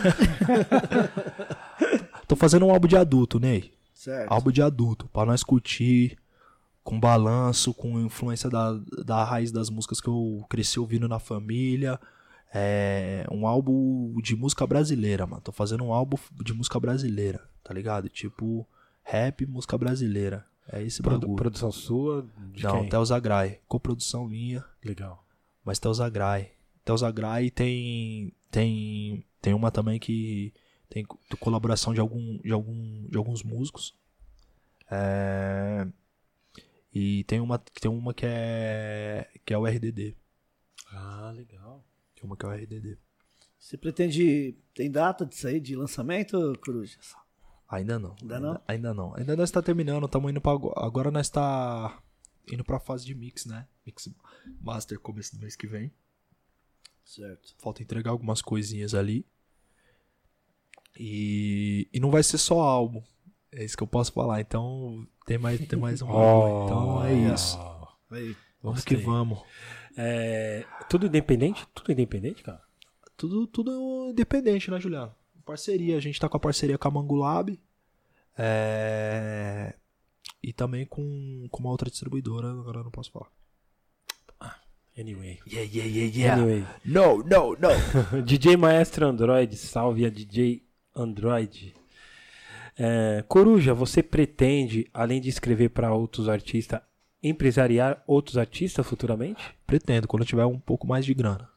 S3: Tô fazendo um álbum de adulto, Ney.
S1: Certo.
S3: Álbum de adulto, pra nós curtir, com balanço, com influência da raiz das músicas que eu cresci ouvindo na família. É um álbum de música brasileira, mano. Tô fazendo um álbum de música brasileira, tá ligado? Tipo, rap, música brasileira. É esse bagulho.
S2: Produção sua? De
S3: Não,
S2: quem?
S3: Theo Zagrai. Coprodução minha,
S2: Legal.
S3: mas Theo Zagrai. Theo Zagrai tem uma também que tem colaboração de alguns músicos. E tem uma que é o RDD.
S2: Ah, legal.
S3: Tem uma que é o RDD.
S1: Você pretende... Tem data disso aí, de lançamento, Coruja?
S3: Ainda não.
S1: Ainda não?
S3: Ainda não. Ainda nós tá terminando, estamos indo pra... Agora nós tá indo pra fase de mix, né? Mix Master, começo do mês que vem.
S1: Certo.
S3: Falta entregar algumas coisinhas ali. E não vai ser só álbum. É isso que eu posso falar. Então tem mais um álbum. Então é isso.
S1: Aí.
S3: Vamos
S2: Gostei.
S3: que vamos.
S2: Tudo independente? Tudo independente, cara?
S3: Tudo independente, né, Juliano? Parceria. A gente tá com a parceria com a Mangulab. E também com uma outra distribuidora. Agora eu não posso falar.
S2: Anyway.
S3: Yeah.
S2: Anyway.
S3: No.
S2: DJ Maestro Android, salve a DJ Android. Coruja, você pretende, além de escrever para outros artistas, empresariar outros artistas futuramente?
S3: Pretendo, quando eu tiver um pouco mais de grana.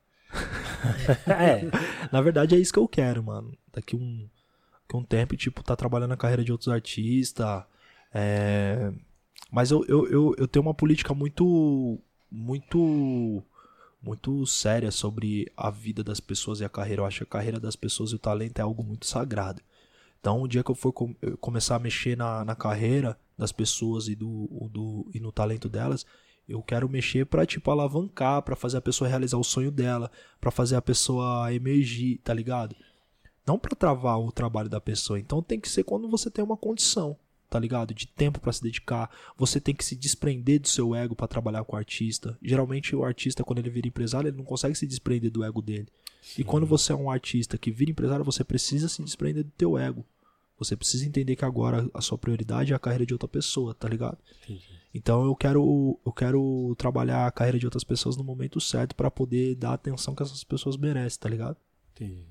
S3: Na verdade é isso que eu quero, mano. Daqui um tempo, tipo, tá trabalhando na carreira de outros artistas. Mas eu tenho uma política muito séria sobre a vida das pessoas e a carreira. Eu acho que a carreira das pessoas e o talento é algo muito sagrado. Então, o dia que eu for começar a mexer na carreira das pessoas e no talento delas, eu quero mexer pra, tipo, alavancar, pra fazer a pessoa realizar o sonho dela, pra fazer a pessoa emergir, tá ligado? Não pra travar o trabalho da pessoa. Então, tem que ser quando você tem uma condição, tá ligado? De tempo pra se dedicar. Você tem que se desprender do seu ego pra trabalhar com o artista. Geralmente, o artista, quando ele vira empresário, ele não consegue se desprender do ego dele. Sim. E quando você é um artista que vira empresário, você precisa se desprender do teu ego. Você precisa entender que agora a sua prioridade é a carreira de outra pessoa, tá ligado? Entendi. Então eu quero trabalhar a carreira de outras pessoas no momento certo pra poder dar a atenção que essas pessoas merecem, tá ligado?
S2: Entendi.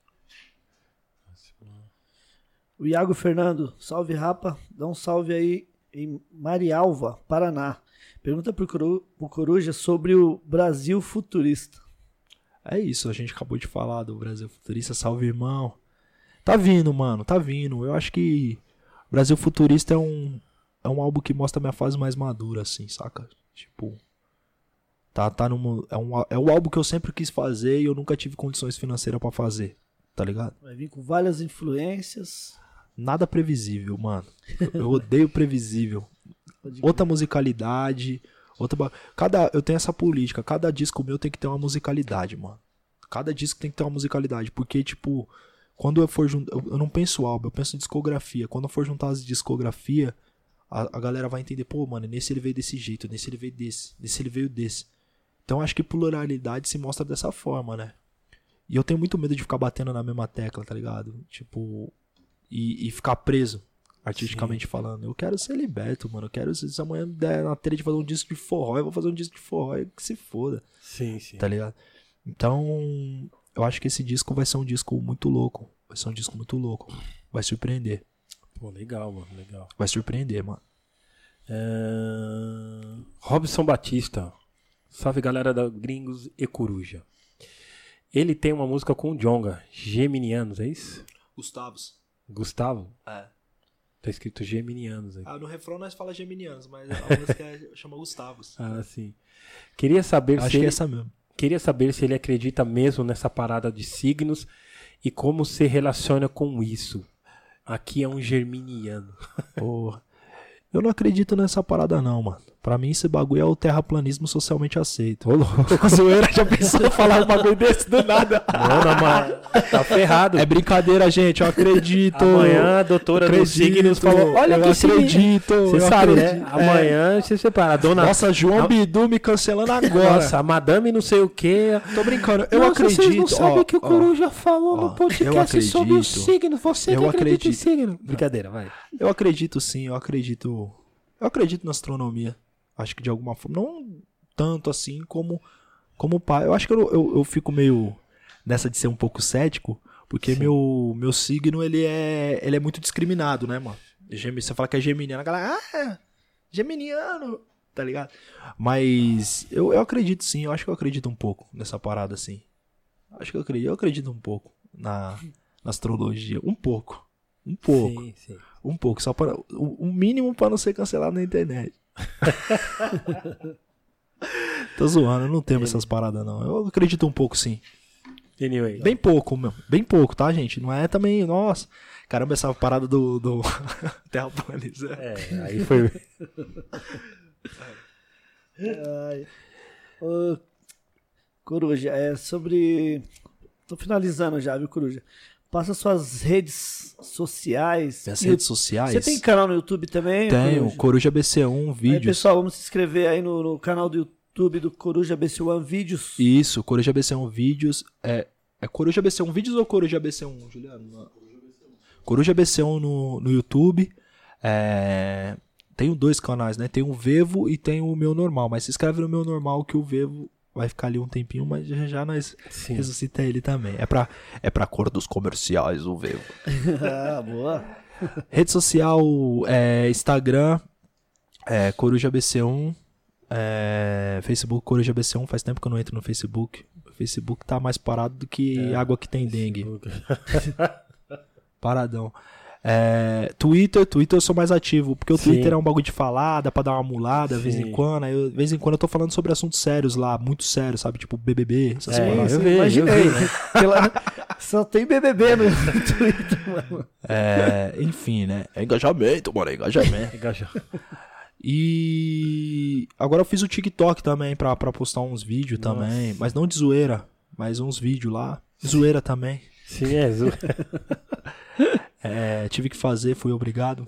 S1: O Iago Fernando, salve Rapa, dá um salve aí em Marialva, Paraná. Pergunta pro Coruja sobre o Brasil Futurista.
S3: É isso, a gente acabou de falar do Brasil Futurista, salve irmão. Tá vindo, mano, tá vindo. Eu acho que Brasil Futurista é um álbum que mostra a minha fase mais madura, assim, saca? Tipo, é o álbum que eu sempre quis fazer e eu nunca tive condições financeiras pra fazer, tá ligado?
S1: Vai vir com várias influências.
S3: Nada previsível, mano. Eu odeio previsível. Outra musicalidade, eu tenho essa política, cada disco meu tem que ter uma musicalidade, mano. Cada disco tem que ter uma musicalidade, porque, tipo, quando eu for juntar, eu não penso álbum, eu penso em discografia. Quando eu for juntar as discografia, a galera vai entender, pô, mano, nesse ele veio desse jeito, nesse ele veio desse, nesse ele veio desse. Então acho que pluralidade se mostra dessa forma, né? E eu tenho muito medo de ficar batendo na mesma tecla, tá ligado? Tipo, e ficar preso, artisticamente falando. Eu quero ser liberto, mano. Eu quero, se amanhã der na telha de fazer um disco de forró, eu vou fazer um disco de forró e que se foda.
S2: Sim.
S3: Tá ligado? Então, eu acho que esse disco vai ser um disco muito louco. Vai ser um disco muito louco. Vai surpreender.
S2: Pô, legal, mano, legal.
S3: Vai surpreender, mano.
S2: Robson Batista. Salve, galera da Gringos e Coruja. Ele tem uma música com o Djonga, Geminianos, é isso? Gustavo?
S3: É.
S2: Tá escrito Geminianos aí.
S3: No refrão nós fala Geminianos, mas a música chama Gustavos.
S2: Sim. Queria saber
S3: Acho
S2: se
S3: que é essa mesmo.
S2: Queria saber se ele acredita mesmo nessa parada de signos e como se relaciona com isso. Aqui é um geminiano.
S3: Eu não acredito nessa parada não, mano. Pra mim, esse bagulho é o terraplanismo socialmente aceito. Ô, louco, zoeira, já pensou em falar um bagulho desse do nada?
S2: Não, mas tá ferrado.
S3: É brincadeira, gente, eu acredito.
S2: Amanhã a doutora dos signos falou, olha que
S3: acredito.
S2: Você sabe, né? Amanhã você separa.
S3: Nossa, João Bidu me cancelando agora.
S2: Nossa, a madame não sei o quê.
S3: Tô brincando, eu acredito.
S2: Vocês não sabem o que o Coruja falou no podcast sobre o signo. Você que acredita em signo. Brincadeira, vai.
S3: Eu acredito sim, eu acredito na astronomia. Acho que de alguma forma, não tanto assim como pai. Eu acho que eu fico meio nessa de ser um pouco cético, porque meu signo, ele é muito discriminado, né, mano? Você fala que é geminiano, a galera, geminiano, tá ligado? Mas eu acredito sim, eu acho que eu acredito um pouco nessa parada, assim. Acho que eu acredito um pouco na astrologia, um pouco.
S2: Sim.
S3: Um pouco, só para o mínimo para não ser cancelado na internet. Tô zoando, eu não tenho essas paradas não. Eu acredito um pouco sim.
S2: Anyway.
S3: Bem pouco, meu. Bem pouco, tá, gente? Não é também, nossa. Caramba, essa parada do terraplanista.
S2: Aí foi.
S1: Coruja, sobre... Tô finalizando já, viu, Coruja? Passa suas redes sociais.
S3: Minhas redes sociais?
S1: Você tem canal no YouTube também?
S3: Tenho, Coruja BC1 Vídeos.
S1: Aí, pessoal, vamos se inscrever aí no canal do YouTube do Coruja BC1 Vídeos.
S3: Isso, Coruja BC1 Vídeos. É Coruja BC1 Vídeos ou Coruja BC1, Juliano? Coruja BC1 no YouTube. Tenho 2 canais, né? Tem o Vevo e tem o meu normal. Mas se inscreve no meu normal que o Vevo vai ficar ali um tempinho, mas já nós ressuscita ele também. É pra cor dos comerciais, o Vevo.
S1: Boa.
S3: Rede social, Instagram, Coruja BC1, Facebook Coruja BC1. Faz tempo que eu não entro no Facebook. O Facebook tá mais parado do que água que tem dengue. Paradão. Twitter eu sou mais ativo, porque o Twitter é um bagulho de falar, dá pra dar uma mulada de vez em quando. Aí, de vez em quando eu tô falando sobre assuntos sérios lá, muito sérios, sabe? Tipo BBB, essas coisas.
S1: Eu imaginei. Só tem BBB no Twitter, mano.
S3: Enfim, né? É engajamento, mano, é engajamento. E agora eu fiz o TikTok também pra postar uns vídeos também, mas não de zoeira, mas uns vídeos lá. Zoeira também.
S2: Sim, zoeira.
S3: Tive que fazer, fui obrigado.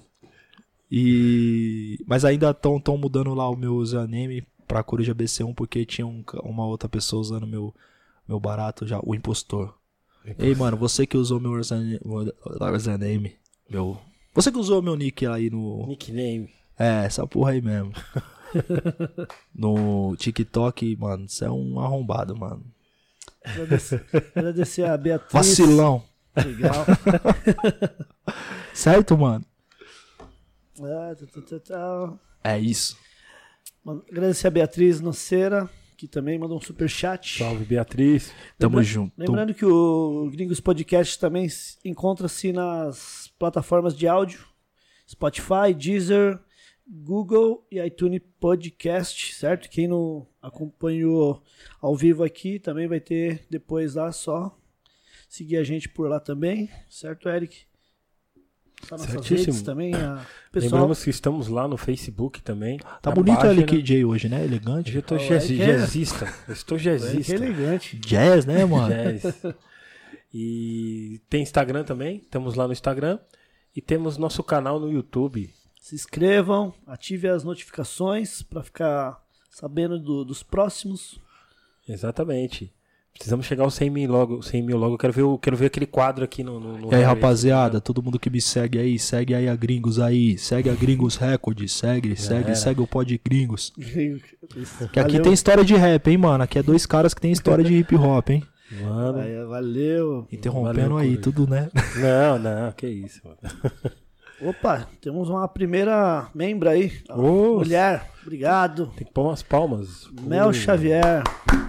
S3: Mas ainda estão mudando lá o meu username pra Coruja BC1, porque tinha uma outra pessoa usando meu barato já, o impostor. Ei, mano, você que usou meu username, você que usou meu nick aí no...
S2: Nickname.
S3: Essa porra aí mesmo. No TikTok, mano, você é um arrombado, mano.
S1: Agradecer a Beatriz.
S3: Vacilão.
S1: Legal.
S3: Certo, mano? É isso.
S1: Agradecer a Beatriz Noceira, que também mandou um superchat.
S2: Salve, Beatriz.
S3: Tamo junto.
S1: Lembrando que o Gringos Podcast também encontra-se nas plataformas de áudio: Spotify, Deezer, Google e iTunes Podcast, certo? Quem não acompanhou ao vivo aqui também vai ter depois lá, só seguir a gente por lá também, certo, Eric? Tá nossas
S2: Certíssimo.
S1: redes também. Pessoal...
S2: Lembramos que estamos lá no Facebook também.
S3: Tá bonito o LKJ hoje, né? Elegante.
S2: Eu tô jazzista. Eu estou jazzista.
S1: Que elegante.
S3: Jazz, né, mano?
S2: Jazz. E tem Instagram também. Estamos lá no Instagram. E temos nosso canal no YouTube.
S1: Se inscrevam, ative as notificações para ficar sabendo dos próximos.
S2: Exatamente. Precisamos chegar aos 100 mil logo. Quero ver aquele quadro aqui no
S3: E aí, rapaziada, todo mundo que me segue aí a Gringos aí. Segue a Gringos Records, segue o Pod Gringos. Que aqui tem história de rap, hein, mano? Aqui é 2 caras que tem história de hip hop, hein?
S2: Mano.
S1: Aí, valeu.
S3: Interrompendo aí, tudo, né?
S2: Não, que isso, mano.
S1: Opa, temos uma primeira membra aí. Mulher, obrigado.
S2: Tem que pôr umas palmas.
S1: Mel Xavier.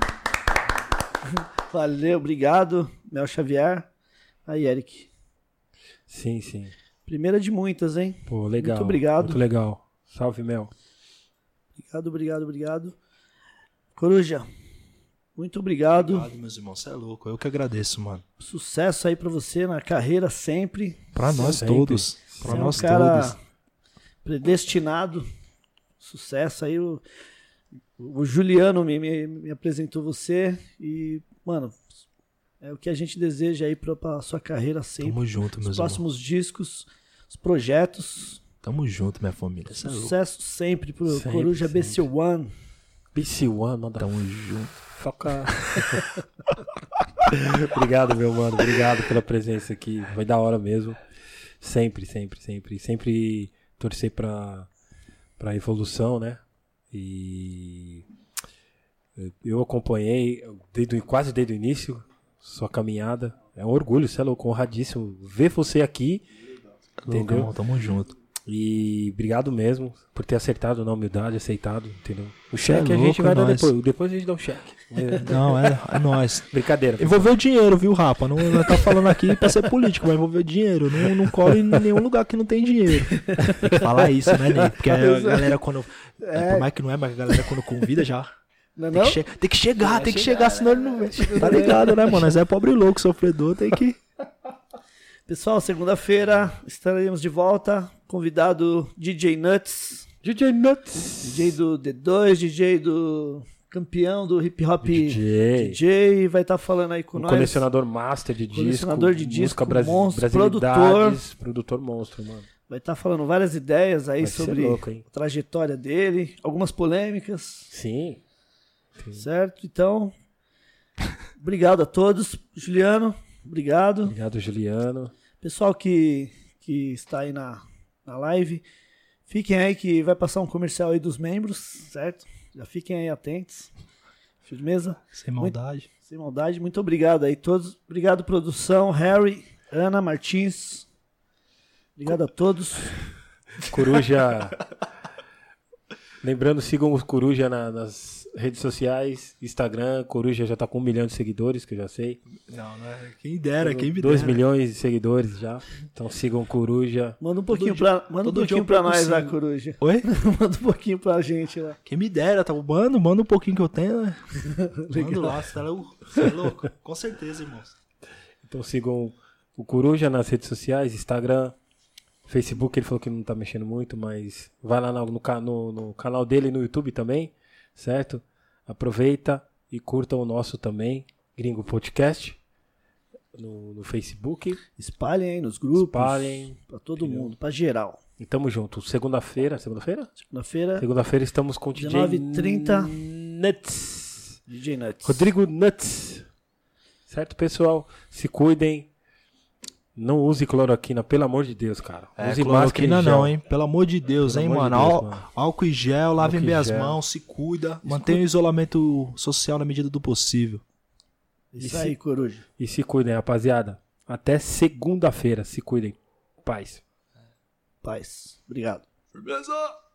S1: Valeu, obrigado, Mel Xavier. Aí, Eric.
S2: Sim.
S1: Primeira de muitas, hein?
S2: Pô, legal.
S1: Muito obrigado.
S2: Muito legal. Salve, Mel.
S1: Obrigado. Coruja, muito obrigado.
S3: Obrigado, meus irmãos. Você é louco. Eu que agradeço, mano.
S1: Sucesso aí pra você na carreira sempre.
S3: Pra nós todos.
S1: Você é um cara predestinado. Sucesso aí. O Juliano me apresentou você e, mano, é o que a gente deseja aí pra sua carreira sempre.
S3: Tamo junto, meus
S1: Os próximos discos, os projetos.
S3: Tamo junto, minha família.
S1: Sucesso sempre pro
S2: Sempre,
S1: Coruja
S2: sempre.
S1: BC1.
S2: BC1, manda.
S3: Tamo junto.
S2: Foca. Obrigado, meu mano. Obrigado pela presença aqui. Foi da hora mesmo. Sempre, sempre, sempre. Sempre torcer pra evolução, né? E eu acompanhei quase desde o início sua caminhada. É um orgulho, você é louco, honradíssimo ver você aqui. Entendeu?
S3: Irmão, tamo junto.
S2: E obrigado mesmo por ter acertado na humildade, aceitado, entendeu? O cheque
S3: é
S2: a gente
S3: louco,
S2: vai dar
S3: nós.
S2: depois. Depois a gente dá um cheque.
S3: Não, é nóis.
S2: Brincadeira.
S3: Envolver o dinheiro, viu, rapa? Não tá falando aqui pra ser político, mas envolver o dinheiro. Não corre em nenhum lugar que não tem dinheiro. Falar isso, né, Ney? Porque a galera quando... Por mais que não é, mas a galera quando convida já...
S1: Não é
S3: Tem
S1: não?
S3: que chegar, senão ele não vem. Tá ligado, né, mano? Nós é pobre louco, sofredor, tem que...
S1: Pessoal, segunda-feira estaremos de volta. Convidado DJ Nuts.
S2: DJ Nuts.
S1: DJ do D2, DJ do campeão do hip hop
S2: DJ.
S1: DJ. Vai estar falando aí com
S2: Um
S1: nós.
S2: colecionador master de disco.
S1: Colecionador de disco,
S2: música
S1: monstro,
S2: brasilidades, produtor monstro, mano.
S1: Vai estar falando várias ideias aí
S2: Vai ser
S1: sobre
S2: louco, hein?
S1: a trajetória dele. Algumas polêmicas,
S2: Sim.
S1: certo? Então, obrigado a todos. Juliano, obrigado.
S2: Obrigado, Juliano.
S1: Pessoal que está aí na live, fiquem aí que vai passar um comercial aí dos membros, certo? Já fiquem aí atentos. Firmeza?
S3: Sem maldade.
S1: Sem maldade. Muito obrigado aí todos. Obrigado, produção. Harry, Ana, Martins. Obrigado a todos.
S2: Coruja. Lembrando, sigam o Coruja nas redes sociais. Instagram, Coruja já tá com 1 milhão de seguidores, que eu já sei.
S3: Não é. Quem dera, quem me
S2: 2
S3: dera.
S2: milhões de seguidores já. Então sigam o Coruja.
S1: Manda um pouquinho
S3: todo dia eu
S1: pra nós
S3: consigo.
S1: lá, Coruja.
S3: Oi?
S1: Manda um pouquinho pra gente lá.
S3: Quem me dera, tá? Manda um pouquinho que eu tenho, né? Manda lá, você é louco? Com certeza, irmãos.
S2: Então sigam o Coruja nas redes sociais, Instagram, Facebook. Ele falou que não tá mexendo muito, mas vai lá no canal dele no YouTube também, certo? Aproveita e curtam o nosso também, Gringo Podcast, no Facebook.
S1: Espalhem aí nos grupos.
S2: Espalhem.
S1: Pra todo mundo, pra geral.
S2: E tamo junto. Segunda-feira?
S1: Segunda-feira,
S2: Segunda-feira estamos com o DJ
S1: 19h30.
S2: Nuts.
S1: DJ Nuts.
S2: Rodrigo Nuts. Certo, pessoal? Se cuidem. Não use cloroquina, pelo amor de Deus, cara. Use
S3: cloroquina
S2: máscara em gel.
S3: não, hein? Pelo amor de Deus,
S2: Pelo
S3: hein,
S2: amor de
S3: mano?
S2: Deus, mano.
S3: Álcool e gel, lavem
S2: Álcool
S3: bem
S2: e
S3: as
S2: gel.
S3: mãos, se cuida. Mantenha o isolamento social na medida do possível.
S1: Isso aí, Coruja.
S2: E se cuidem, rapaziada. Até segunda-feira. Se cuidem. Paz.
S1: Paz. Obrigado.
S3: Firmeza!